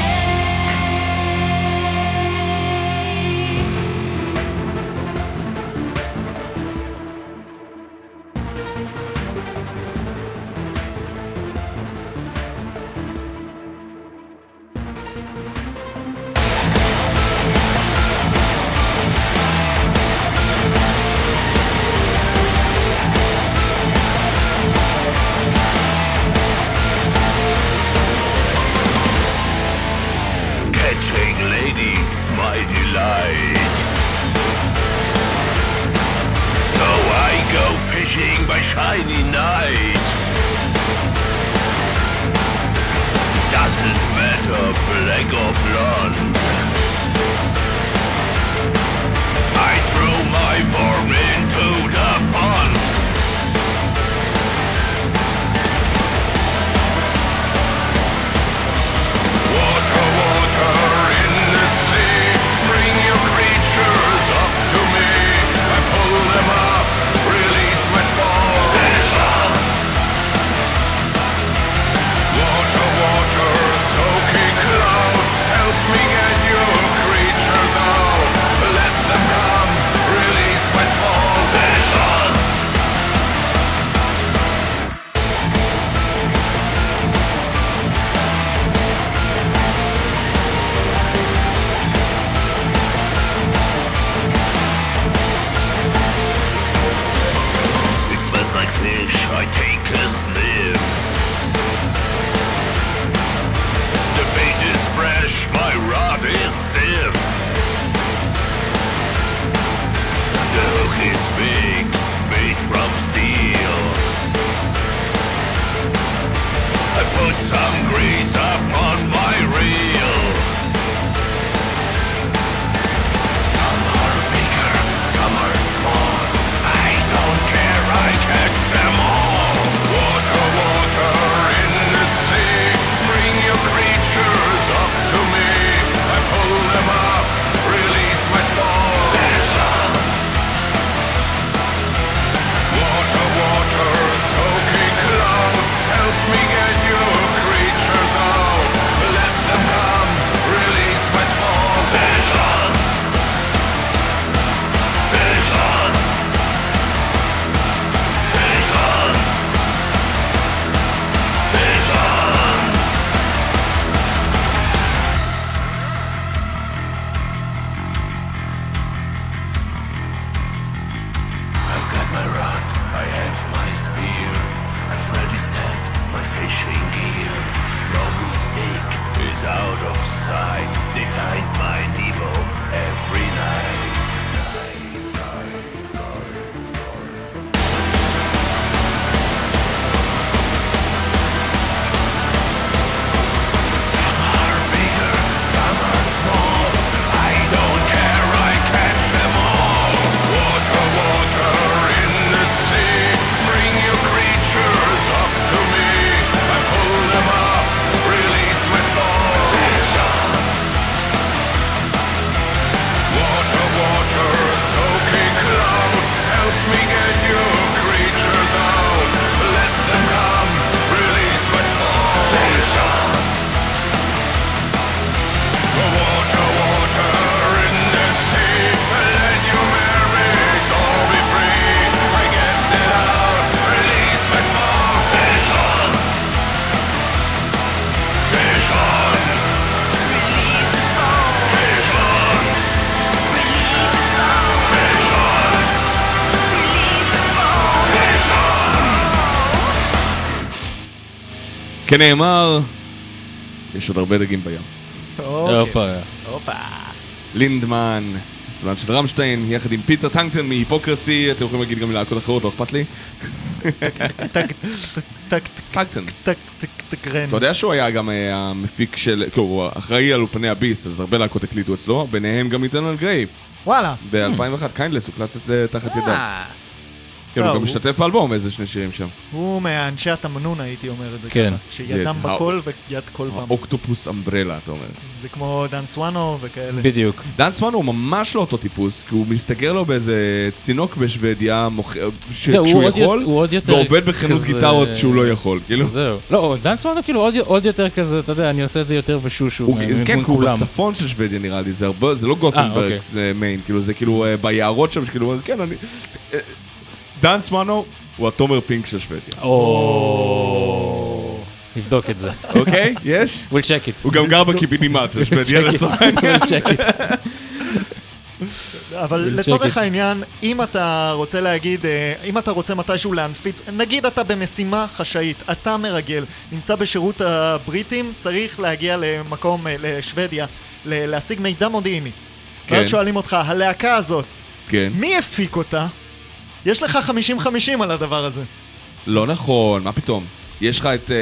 Catching ladies, my delight. So I go fishing by shiny night. Doesn't matter black or blonde. I throw my worm into the pond. Water, water in the sea, bring your creatures up to me. I pull them up, release my spawn. Finish up. Water, water, soaking cloud, help me get your creatures out. Let them come, release my spawn. Finish up. It smells like fish, I take a sniff. The bait is fresh, my rod is stiff. The hook is big, made from steel. I put some grease upon my reel. out of sight. They find my Nemo every night. Some are bigger, some are small. I don't care, I catch them all. Water, water in the sea. Bring your creatures up to me. I pull them up, release my spawn. Fish on. Water, water, soaking cloud. Help me get your creatures out. Let them come, release my spawn. Fish on. Water, water in the sea. Let your mermaids all be free. I get it out, release my spawn. Fish on. Fish on. Release the spawn. Fish on. Release the spawn. Fish on. Release the spawn. Fish on. כנאמר, יש עוד הרבה דגים בים. הופה. הופה. לינדמן, הסולן של רמשטיין, יחד עם פיטר טנקטון מהיפוקרסי, אתם יכולים להגיד גם להקות אחרות, לא אכפת לי. טנקטון. תקרן. אתה יודע שהוא היה גם המפיק של, כאילו, הוא אחראי על אולפני הביסט, אז הרבה להקות הקליטו אצלו, ביניהם גם איטרנל גריי. וואלה. ב-2001, קיינדלס, הוקלט את זה תחת ידיו. כן, לא, הוא גם הוא- משתתף באלבום, איזה שני שירים שם. הוא מאנשי התמנון, הייתי אומר את זה כן. ככה. שידם כן. בכל ויד כל פעם. אוקטופוס אמברלה, אתה אומר. זה כמו דן סואנו וכאלה. בדיוק. דן סואנו הוא ממש לא אותו טיפוס, כי הוא מסתגר לו באיזה צינוק בשוודיה, זהו, כשהוא הוא עוד יכול, יות- הוא עוד יותר ועובד בחנות כזה- גיטרות שהוא לא יכול, כאילו. זהו. לא, דן סואנו כאילו עוד יותר כזה, אתה יודע, אני עושה את זה יותר בשושו. הוא- מבין כן, כי הוא כולם. בצפון של שוודיה נראה לי, זה הרבה, זה לא גוטנברג, אוקיי. זה מיין, כאילו זה כאילו ביערות שם, שכאילו, כן, אני... דן סואנו הוא התומר פינק של שוודיה, נבדוק את זה. אוקיי? יש? we'll check it. הוא גם גר בקיבינימט של שוודיה לצורך העניין. we'll check it. אבל check לצורך it. העניין, אם אתה רוצה להגיד, אם אתה רוצה מתישהו להנפיץ, נגיד אתה במשימה חשאית, אתה מרגל, נמצא בשירות הבריטים, צריך להגיע למקום, לשוודיה, להשיג מידע מודיעיני. כן. ואז שואלים אותך, הלהקה הזאת, כן. מי הפיק אותה? יש לך 50-50 על הדבר הזה. לא נכון, מה פתאום? יש לך את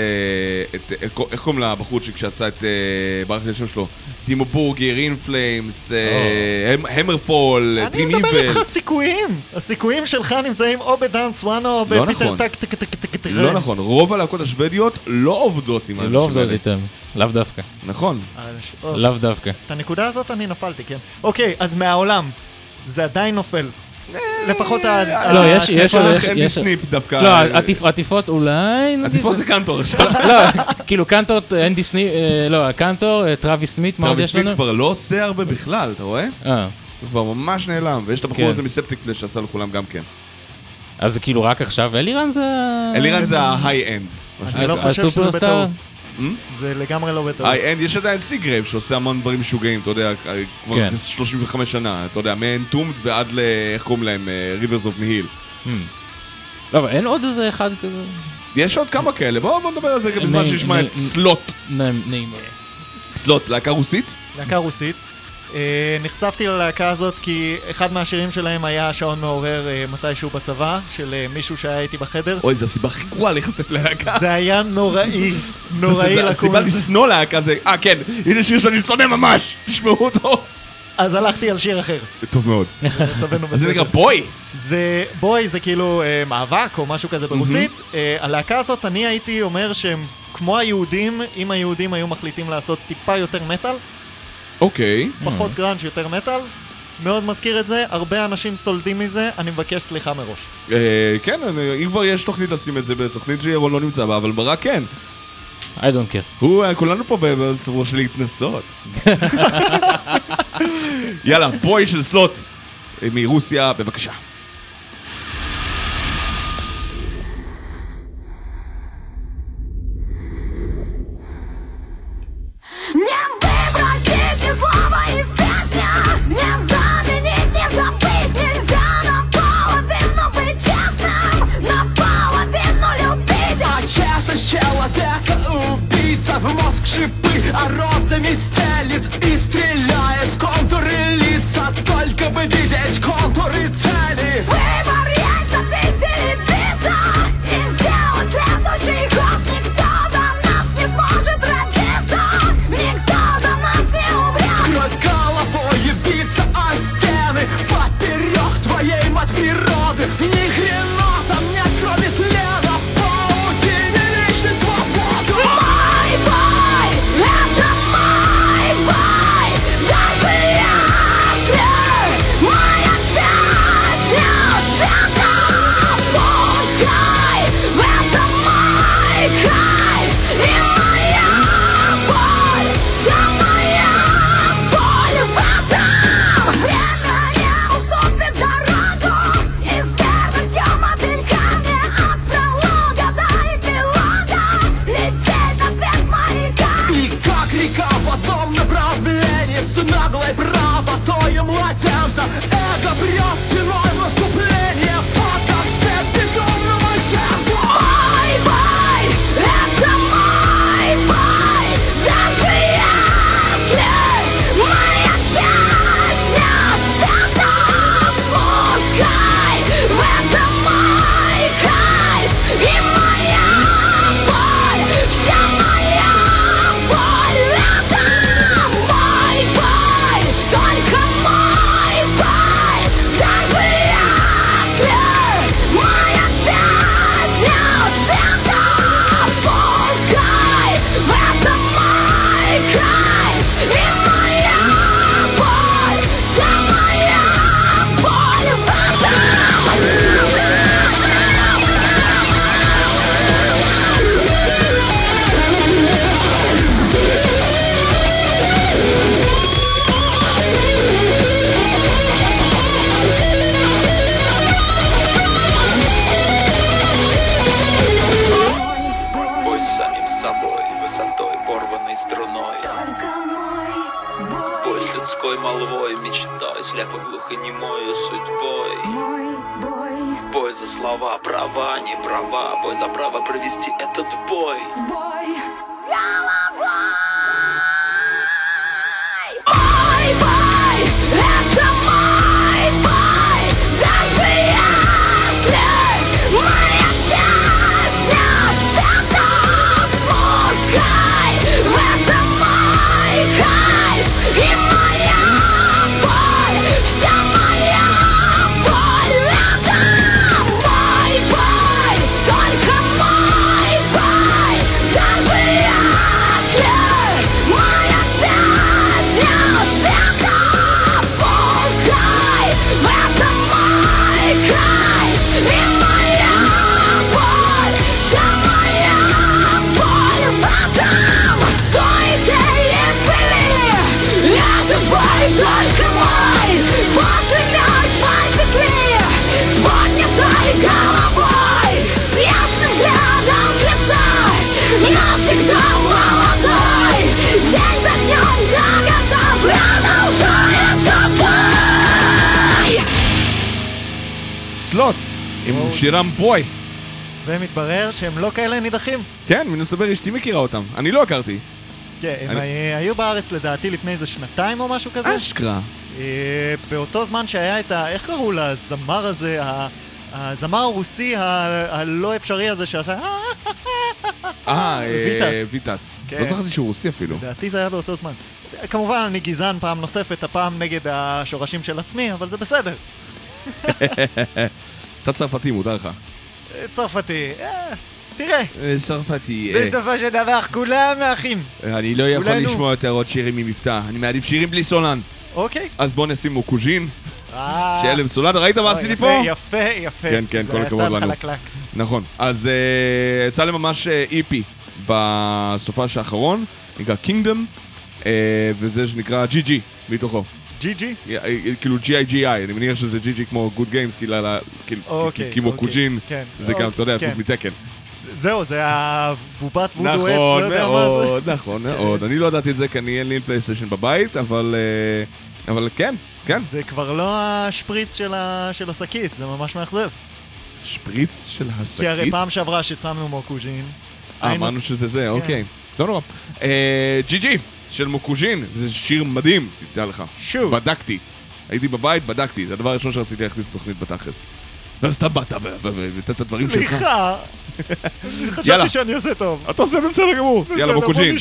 איך קוראים לבחורצ'יק שעשה את, ברח לי השם שלו, טימו בורגר, אינפליימס, המרפול, אני טרים מדבר איבל. איתך סיכויים. הסיכויים שלך נמצאים או בדן סואנו או לא בפיטר נכון. טק. לא נכון, רוב הלהקות השוודיות לא עובדות עם האנשים לא עובדות האלה. איתם. לאו דווקא. נכון. לאו דווקא. את הנקודה הזאת אני נפלתי, כן. אוקיי, אז מהעולם, זה עדיין נופל. לפחות לא, יש אנדי סניפ דווקא. לא, עטיפות אולי... נגיד- עטיפות זה קנטור עכשיו. לא, כאילו קנטור, אנדי סניפ, לא, קנטור, טרוויס סמית, מה עוד טרוויס יש לנו? סמית כבר לא עושה הרבה בכלל, אתה רואה? הוא כבר ממש נעלם, ויש את הבחור כן. הזה מספטיקלש שעשה לכולם גם כן. אז זה כאילו רק עכשיו, אלירן זה... אלירן זה ההיי-אנד. אני לא חושב שזה הסופרסטאר? בטעות. זה לגמרי לא בטעות. היי-אנד, יש עדיין סיגרייב שעושה המון דברים משוגעים, אתה יודע, כבר כן. 35 שנה, אתה יודע, מאנטומד ועד ל... איך קוראים להם? ריברס אוף ניהיל. לא, אבל אין עוד איזה אחד כזה? יש עוד כמה כאלה, בואו נדבר על זה גם בזמן נעים, שנשמע את נעים. סלוט. נעים. סלוט, להקה רוסית? להקה רוסית. נחשפתי ללהקה הזאת כי אחד מהשירים שלהם היה שעון מעורר מתישהו בצבא, של מישהו שהיה איתי בחדר. אוי, זו הסיבה הכי גרועה להיחשף להקה. זה היה נוראי, נוראי לקום הסיבה על זה. לשנוא להקה זה, כן, הנה שיר שאני שונא ממש, תשמעו אותו. אז הלכתי על שיר אחר. טוב מאוד. מצבנו אז זה בסדר. נקרא בוי. זה בוי, זה כאילו מאבק או משהו כזה ברוסית. הלהקה הזאת, אני הייתי אומר שהם כמו היהודים, אם היהודים היו מחליטים לעשות טיפה יותר מטל, אוקיי. פחות גראנץ' יותר מטל, מאוד מזכיר את זה, הרבה אנשים סולדים מזה, אני מבקש סליחה מראש. כן, אם כבר יש תוכנית לשים את זה בתוכנית שירון לא נמצא בה, אבל ברק כן. I don't care. כולנו פה בסופו של להתנסות. יאללה, בוי של סלוט מרוסיה, בבקשה. Не выбросить ни слова из песни, не заменить, не забыть нельзя. Наполовину быть честным, наполовину любить. А честность человека убийца в мозг шипы, а розами стелит и стреляет в контуры лица, только бы видеть контуры цели. Выбор есть, забить или биться и сделать следующий ход. Никто за нас не сможет родиться, никто за нас не умрет. Кровь головой биться о стены поперек твоей мать природы. Ни хрена там нет, кроме тлена в паутине вечной свободы. Мой бой, это мой бой, даже если моя песня спета, пускай это мой кайф и моя боль, вся моя боль в этом. Время не уступит дорогу, и с верностью мотыльками от пролога до эпилога лететь на свет маяка. И как река в одном направлении с наглой правотой младенца, эго брет стеной в наступление под степ безумного сердца. Мой бой, это мой бой, даже если моя песня спета, пускай в этом мой кайф и моя боль, вся моя боль. Это мой бой, только мой бой, даже если моя песня спета, пускай в этом мой кайф и моя боль, вся моя боль в Бой с самим собой, высотой порванной струной. Только мой бой, Бой с людской молвой, мечтой, слепо глухонемою судьбой. мой бой, Бой за слова, права, не права. Бой за право провести этот бой. бой с головой. Мой бой, это мой бой, даже если моя песня спета, пускай в этом мой кайф и моя боль, вся моя боль. Это мой бой, только мой бой, даже если моя песня спета, пускай в этом мой кайф и моя боль, вся моя боль в этом. Суете и пыли, это бой только мой, после мертвой петли с поднятой головой, с ясным взглядом с лица, навсегда молодой. День за днем до конца продолжается бой. סלוט, עם שירם בוי. ומתברר שהם לא כאלה נידחים. כן, מסתבר אשתי מכירה אותם. אני לא הכרתי. כן, הם היו בארץ לדעתי לפני איזה 2 או משהו כזה. אשכרה. באותו זמן שהיה את ה... איך קראו לזמר הזה? הזמר הרוסי הלא אפשרי הזה שעשה... ויטס. ויטס. כן. לא זכרתי שהוא רוסי אפילו. לדעתי זה היה באותו זמן. כמובן אני גזען פעם נוספת, הפעם נגד השורשים של עצמי, אבל זה בסדר. אתה צרפתי, מותר לך. צרפתי, תראה. צרפתי. בסופו של דבר כולם אחים. אני לא יכול לשמוע יותר עוד שירים ממבטא. אני מעדיף שירים בלי סולן. אוקיי. אז בוא נשים מוקוז'ין. שיהיה להם סולן. ראית מה עשיתי פה? יפה, יפה. כן, כן, כל הכבוד לנו. זה יצא לחלקלק. נכון. אז יצא להם ממש איפי בסופש האחרון. נקרא קינגדום. וזה שנקרא GG מתוכו. GG? כאילו G.I.G.I. אני מניח שזה GG כמו Good Games, כמו קוג'ין. זה גם, אתה יודע, פשוט מתקן. זהו, זה הבובת וודו אץ, לא יודע מה זה. נכון מאוד. אני לא ידעתי את זה כי אני אין לי פלייסטיישן בבית, אבל כן, כן. זה כבר לא השפריץ של השקית, זה ממש מאכזב. שפריץ של השקית? כי הרי פעם שעברה ששמנו מוקוג'ין. אמרנו שזה זה, אוקיי. לא נורא. GG של מוקוז'ין, זה שיר מדהים, תדע לך. בדקתי. הייתי בבית, בדקתי. זה הדבר הראשון שרציתי להכניס לתוכנית בתכלס. ואז אתה באת ותת את הדברים שלך. סליחה. חשבתי שאני עושה טוב. אתה עושה בסדר גמור. יאללה מוקוז'ין.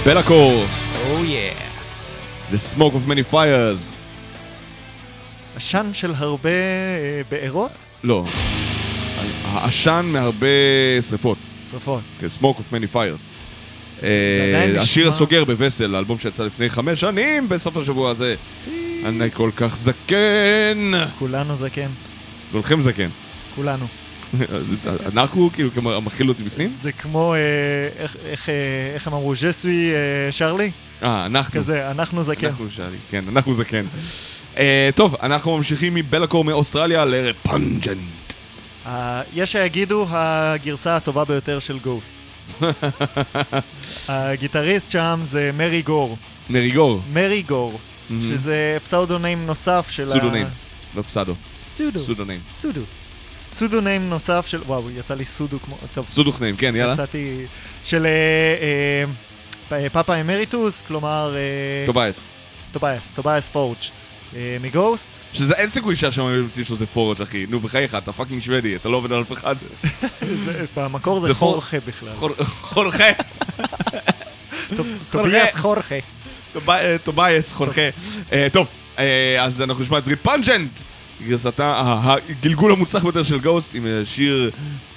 בלקור. Oh yeah. The smoke of many fires. עשן של הרבה בארות? לא. העשן מהרבה שריפות. שריפות. כן, smoke of many fires. עדיין השיר נשמע- הסוגר בווסל, האלבום שיצא לפני 5 שנים בסוף השבוע הזה. אני כל כך זקן. כולנו זקן. כולכם זקן. כולנו. אנחנו כאילו כמו מכיל אותי בפנים? זה כמו, איך הם אמרו, ז'סוי שרלי? אנחנו. כזה, אנחנו זקן. אנחנו שרי, כן, אנחנו זקן. טוב, אנחנו ממשיכים מבלקור מאוסטרליה לרפנג'נט. יש שיגידו הגרסה הטובה ביותר של גוסט. הגיטריסט שם זה מרי גור. מריגור. מרי גור, שזה פסאודוניים נוסף של סודוניים. לא פסאדו. סודו. סודוניים. סודו. סודוניים נוסף של... וואו, יצא לי סודו כמו... טוב. סודוכניים, כן, יאללה. יצאתי... של פאפה אמריטוס, כלומר... טובייס פורג' מגוסט. שזה אין סיכוי שהשם המילותי שלו זה פורג' אחי. נו, בחייך, אתה פאקינג שוודי, אתה לא עובד על אף אחד. במקור זה חורכה בכלל. חורכה. טובייס חורכה. טובייס חורכה. טוב, אז אנחנו נשמע את ריפנג'נט. גרסתה, הגלגול המוצלח ביותר של גוסט עם שיר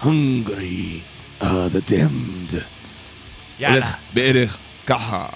Hungry are the damned. יאללה. הולך בערך ככה.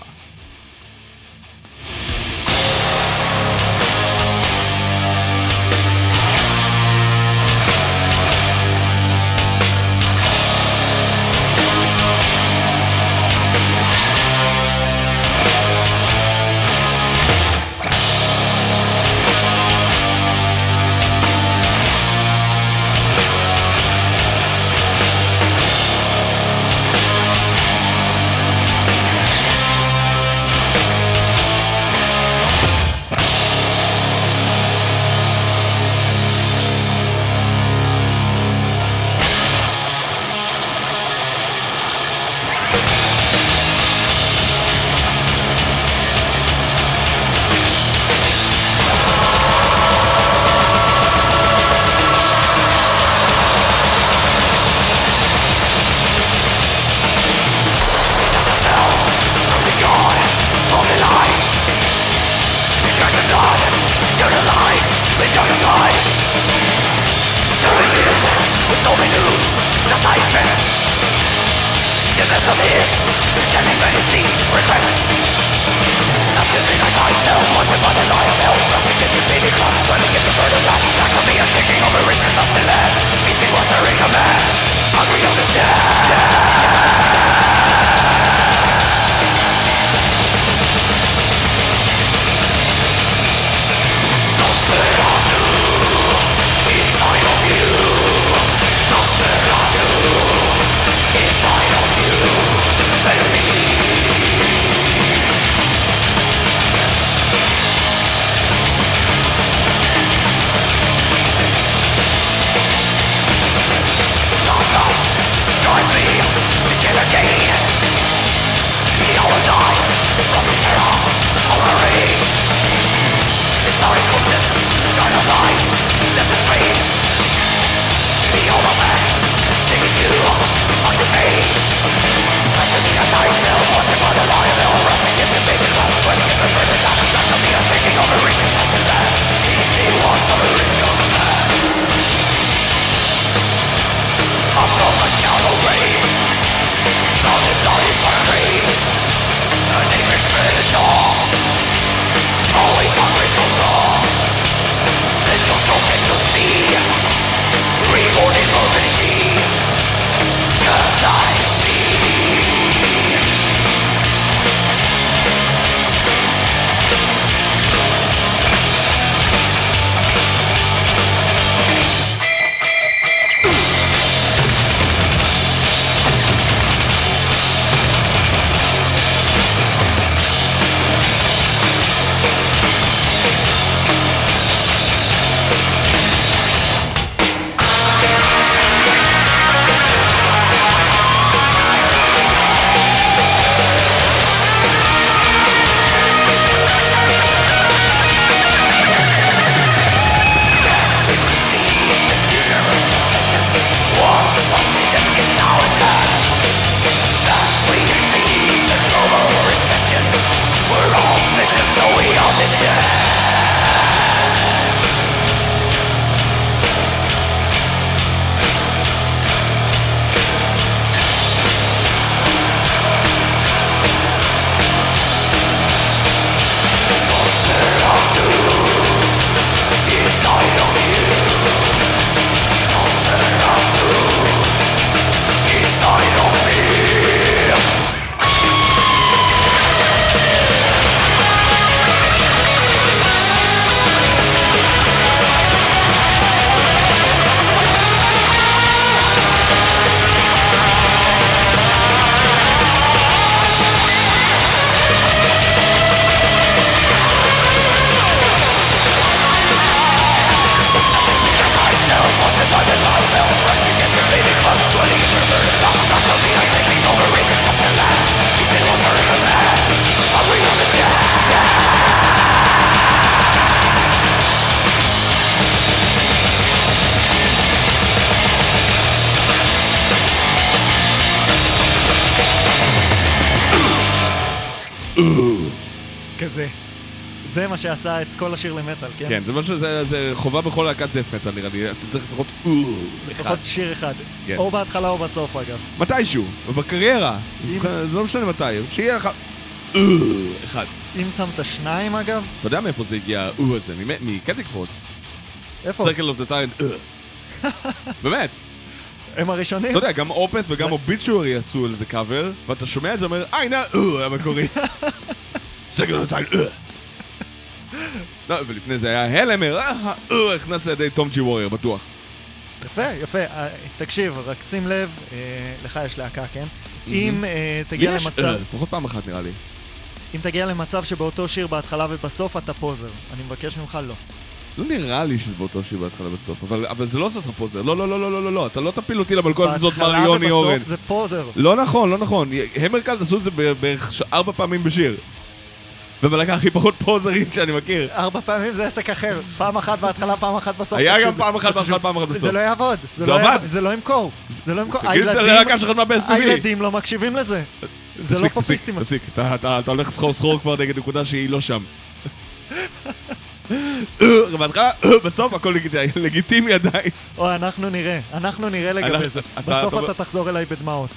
Drive me to kill כזה. זה מה שעשה את כל השיר למטל, כן? כן, זה משהו, זה חובה בכל להקת דף מטל נראה לי, אתה צריך לפחות אחד. לפחות שיר אחד. כן. או בהתחלה או בסוף אגב. מתישהו, בקריירה, זה לא משנה מתי, שיהיה לך אחד. אם שמת שניים אגב? אתה יודע מאיפה זה הגיע הזה? מקלטיק פרוסט. איפה? Circle of the Tyrant. באמת. הם הראשונים? אתה יודע, גם אופנט וגם אוביצ'וארי עשו על זה קאבר, ואתה שומע את זה אומר, הנה, המקורי. Circle of the Tyrant. לא, ולפני זה היה הלמר, הכנס על ידי תום ג'י וורייר, בטוח. יפה, יפה. תקשיב, רק שים לב, לך יש להקה, כן? אם תגיע למצב... לפחות פעם אחת נראה לי. אם תגיע למצב שבאותו שיר בהתחלה ובסוף אתה פוזר, אני מבקש ממך לא. לא נראה לי שזה באותו שיר בהתחלה ובסוף, אבל זה לא זאת הפוזר. לא, לא, לא, לא, לא, לא, אתה לא תפיל אותי למלכודת הזאת מריוני אורן. בהתחלה ובסוף זה פוזר. לא נכון, לא נכון. המרקלט עשו את זה בערך 4 פעמים בשיר. ומלכה הכי פחות פוזרית שאני מכיר. 4 פעמים זה עסק אחר. פעם אחת בהתחלה, פעם אחת בסוף. היה גם פעם אחת בהתחלה, פעם אחת בסוף. זה לא יעבוד. זה עבד. זה לא ימכור. זה לא ימכור. תגיד את זה לרקה שלך מה-BSPV. הילדים לא מקשיבים לזה. זה לא פופיסטים. תפסיק, אתה הולך סחור כבר נגד נקודה שהיא לא שם. בהתחלה, בסוף הכל לגיטימי עדיין. או, אנחנו נראה לגבי זה. בסוף אתה תחזור אליי בדמעות.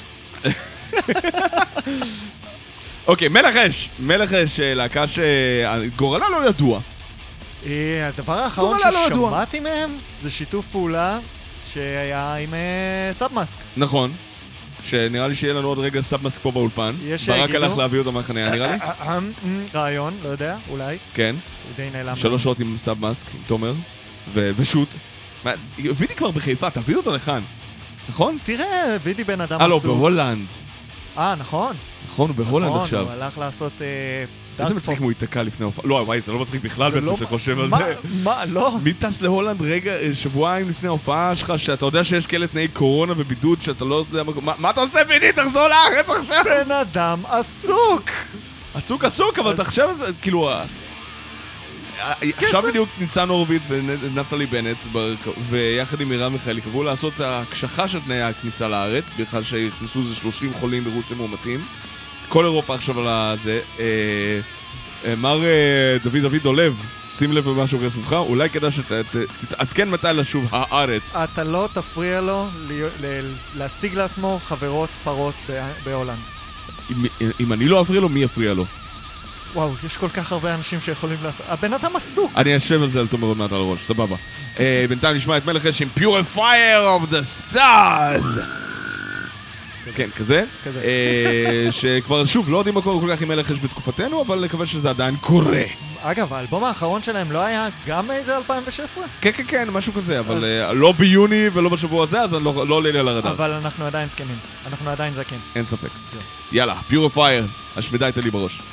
אוקיי, מלך אש, להקה שגורלה לא ידוע. הדבר האחרון ששמעתי מהם זה שיתוף פעולה שהיה עם סאבמאסק. נכון. שנראה לי שיהיה לנו עוד רגע סאבמאסק פה באולפן. ברק הלך להביא אותו מהחניה, נראה לי. רעיון, לא יודע, אולי. כן. הוא די נעלם. 3 שעות עם סאבמאסק, עם תומר. ושוט. וידי כבר בחיפה, תביא אותו לכאן. נכון? תראה, וידי בן אדם עשו. לא, בהולנד. נכון. נכון, הוא בהולנד עכשיו. הוא הלך לעשות... איזה מצחיק אם הוא ייתקע לפני הופעה. לא, וואי, זה לא מצחיק בכלל בעצם שחושב על זה. מה? לא. מי טס להולנד רגע, שבועיים לפני ההופעה שלך, שאתה יודע שיש כאלה תנאי קורונה ובידוד, שאתה לא יודע... מה אתה עושה וידי? תחזור לארץ עכשיו! בן אדם עסוק! עסוק, אבל תחשב על זה, כאילו... עכשיו בדיוק ניצן הורוביץ ונפתלי בנט, ויחד עם מירב מיכאלי, קבעו לעשות הקשחה של תנאי הכניסה לארץ, בכלל שהכניסו איזה 30 חולים ברוסיה מאומתים. כל אירופה עכשיו על זה. מר דוד דולב, שים לב במה שקורה סביבך, אולי כדאי שתתעדכן מתי לשוב הארץ. אתה לא תפריע לו להשיג לעצמו חברות פרות בהולנד. אם אני לא אפריע לו, מי יפריע לו? וואו, יש כל כך הרבה אנשים שיכולים הבן אדם עסוק! אני אשב על זה על תומר עוד מעט על הראש, סבבה. בינתיים נשמע את מלך אש עם Purifier of the Stars! כן, כזה. שכבר שוב, לא יודעים מה קורה כל כך עם מלך אש בתקופתנו, אבל נקווה שזה עדיין קורה. אגב, האלבום האחרון שלהם לא היה גם איזה 2016? כן, משהו כזה, אבל לא ביוני ולא בשבוע הזה, אז לא עולה לי על הרדאר. אבל אנחנו עדיין זקנים, אנחנו עדיין זקן. אין ספק. יאללה, Purifier, השמדה הייתה לי בראש.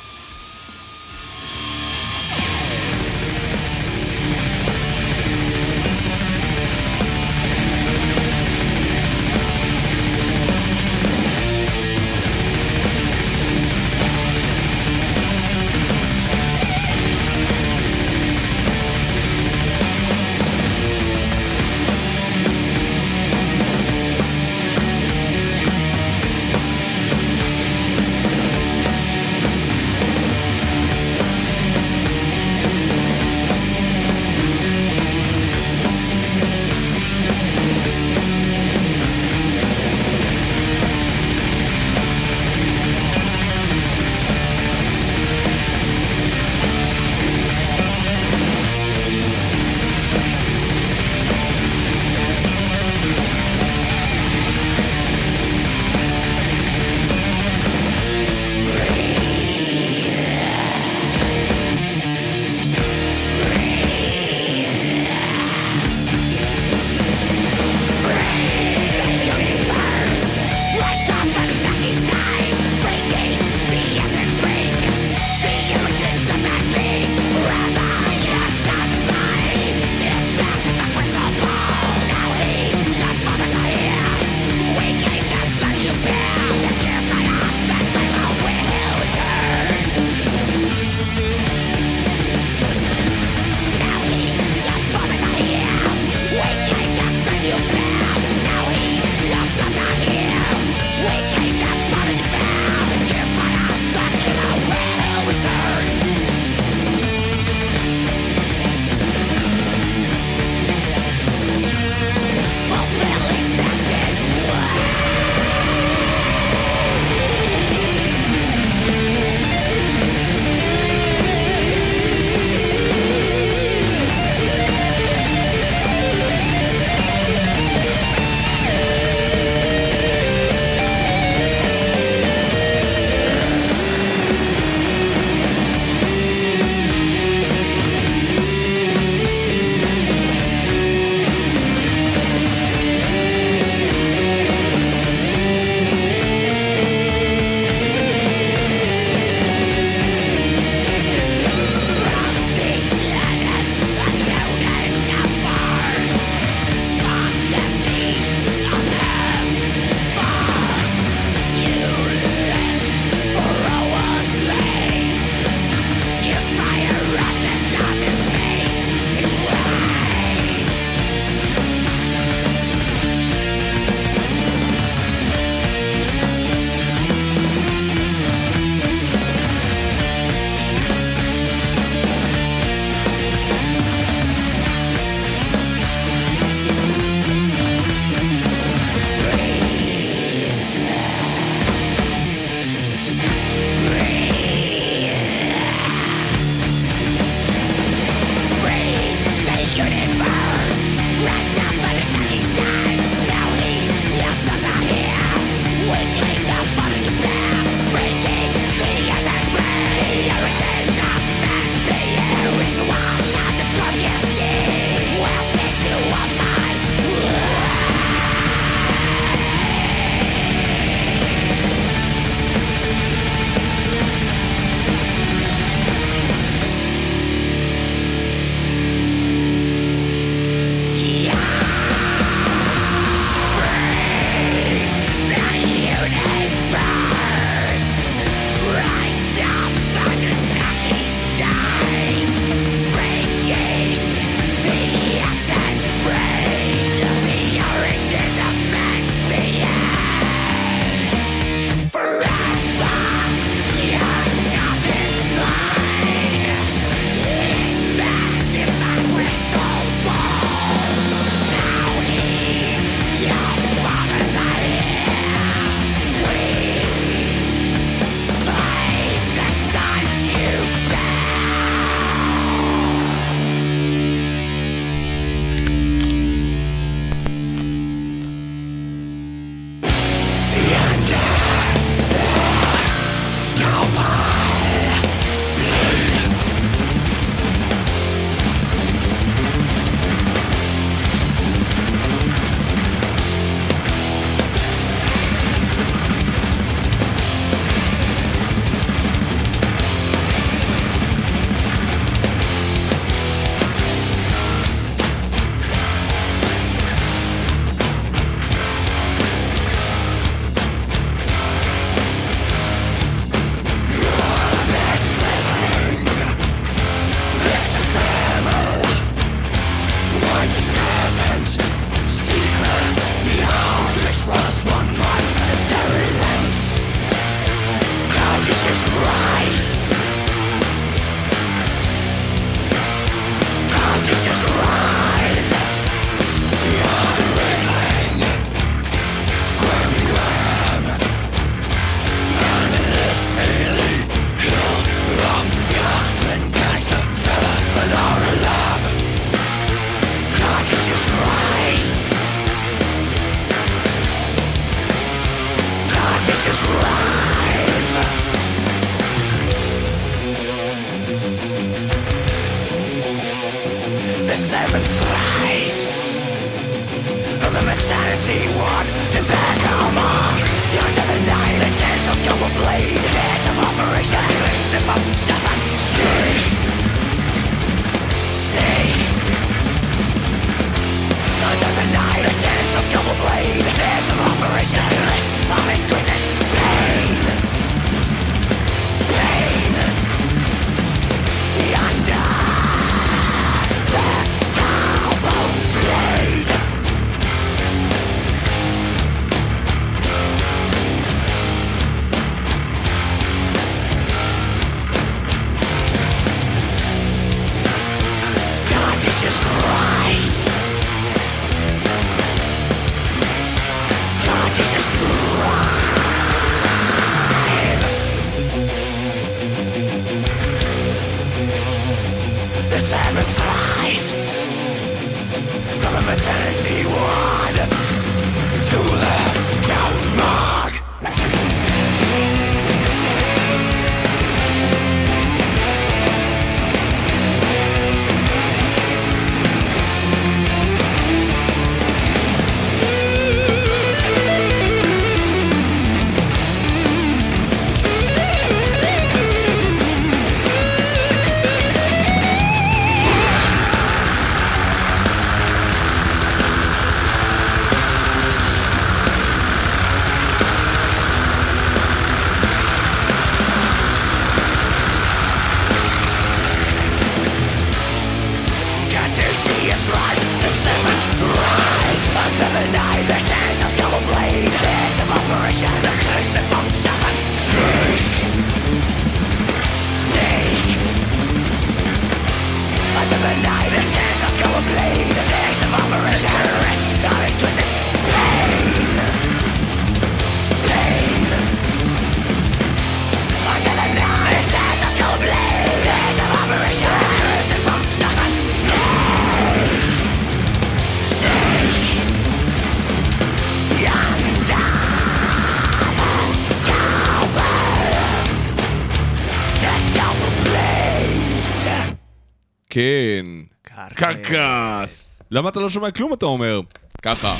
כן. קרקס. למה אתה לא שומע כלום אתה אומר? ככה.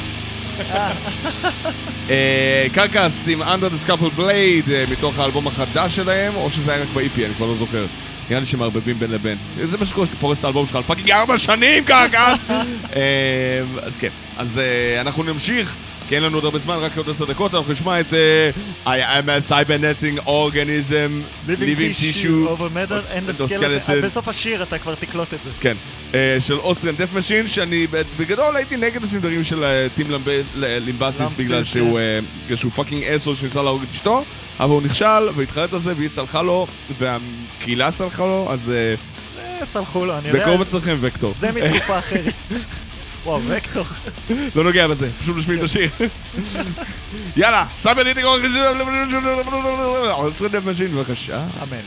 קרקס עם Under the Scalpel Blade מתוך האלבום החדש שלהם, או שזה היה רק ב-EP, אני כבר לא זוכר. נראה לי שמערבבים בין לבין. זה מה שקורה שאתה פורס את האלבום שלך על פאקינג 4 שנים, קרקס! אז כן, אז אנחנו נמשיך, כי אין לנו עוד הרבה זמן, רק עוד 10 דקות, אנחנו נשמע את I am a cybernetic organism, living tissue over matter and the skeleton. בסוף השיר אתה כבר תקלוט את זה. כן, של אוסטריאן דף משין, שאני בגדול הייתי נגד הסמדרים של טים לימבסיס, בגלל שהוא פאקינג אסו שניסה להרוג את אשתו, אבל הוא נכשל והתחרט על זה והיא סלחה לו, והקהילה סלחה לו, אז סלחו לו, אני יודע. בקרוב אצלכם וקטור. זה מתקופה אחרת. וואו, וקטור. לא נוגע בזה, פשוט נשמיע את השיר. יאללה, סייברנטיק אורגניזם, אוסטריאן דף משין, בבקשה. אמן.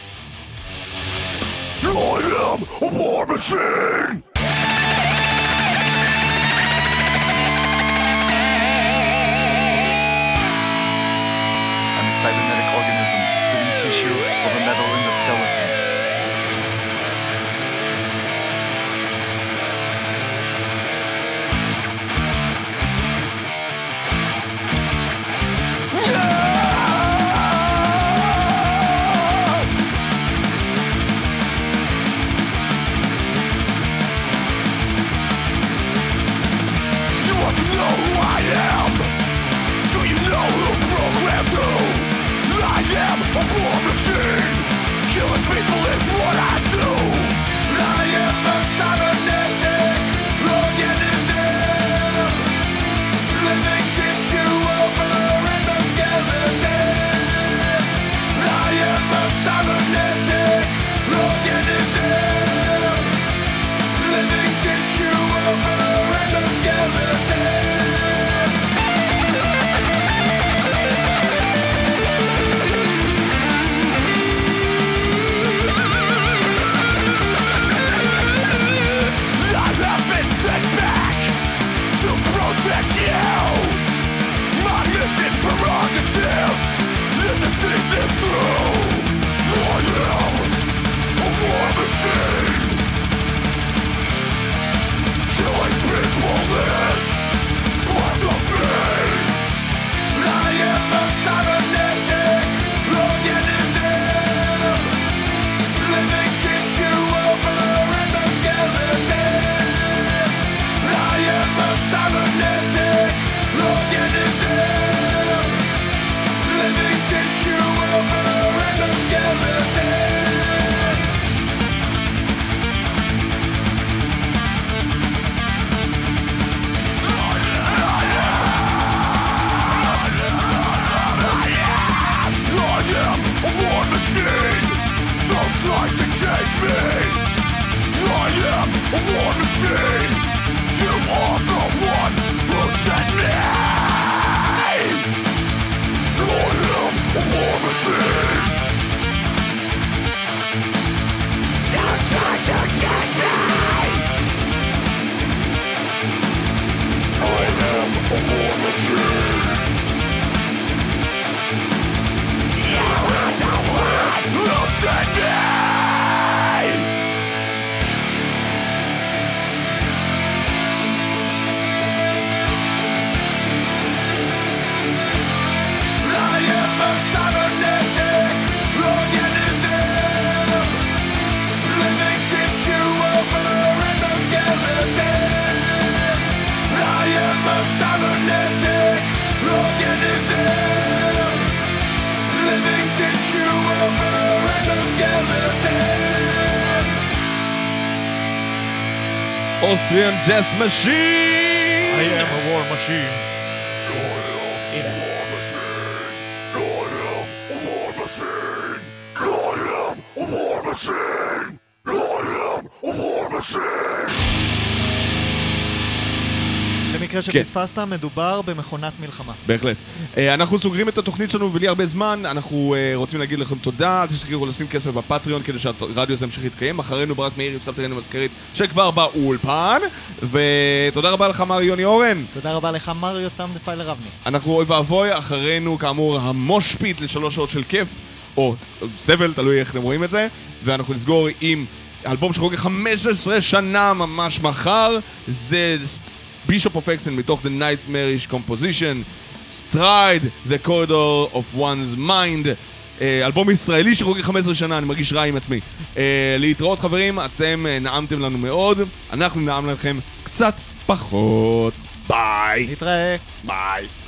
I am a war machine! I'm a cybernetic organism, living tissue over metal in the skeleton. Austrian Death Machine! I am a war machine. במקרה שפספסת, מדובר במכונת מלחמה. בהחלט. אנחנו סוגרים את התוכנית שלנו בלי הרבה זמן, אנחנו רוצים להגיד לכם תודה, אל תשכחו לשים כסף בפטריון כדי שהרדיו הזה ימשיך להתקיים. אחרינו ברק מאיר עם סבתרנו מזכרית שכבר באולפן, ותודה רבה לך מר יוני אורן. תודה רבה לך מר יותם דפיילר אבני. אנחנו אוי ואבוי, אחרינו כאמור המושפיט ל3 שעות של כיף, או סבל, תלוי איך אתם רואים את זה, ואנחנו נסגור עם אלבום שחוגג 15 שנה ממש מחר, זה Bishop of Exile מתוך The Nightmarish Composition, Stride, The Corridor of One's Mind, אלבום ישראלי שחוגג 15 שנה, אני מרגיש רע עם עצמי. להתראות חברים, אתם נעמתם לנו מאוד, אנחנו נעם לכם קצת פחות. ביי. נתראה. ביי.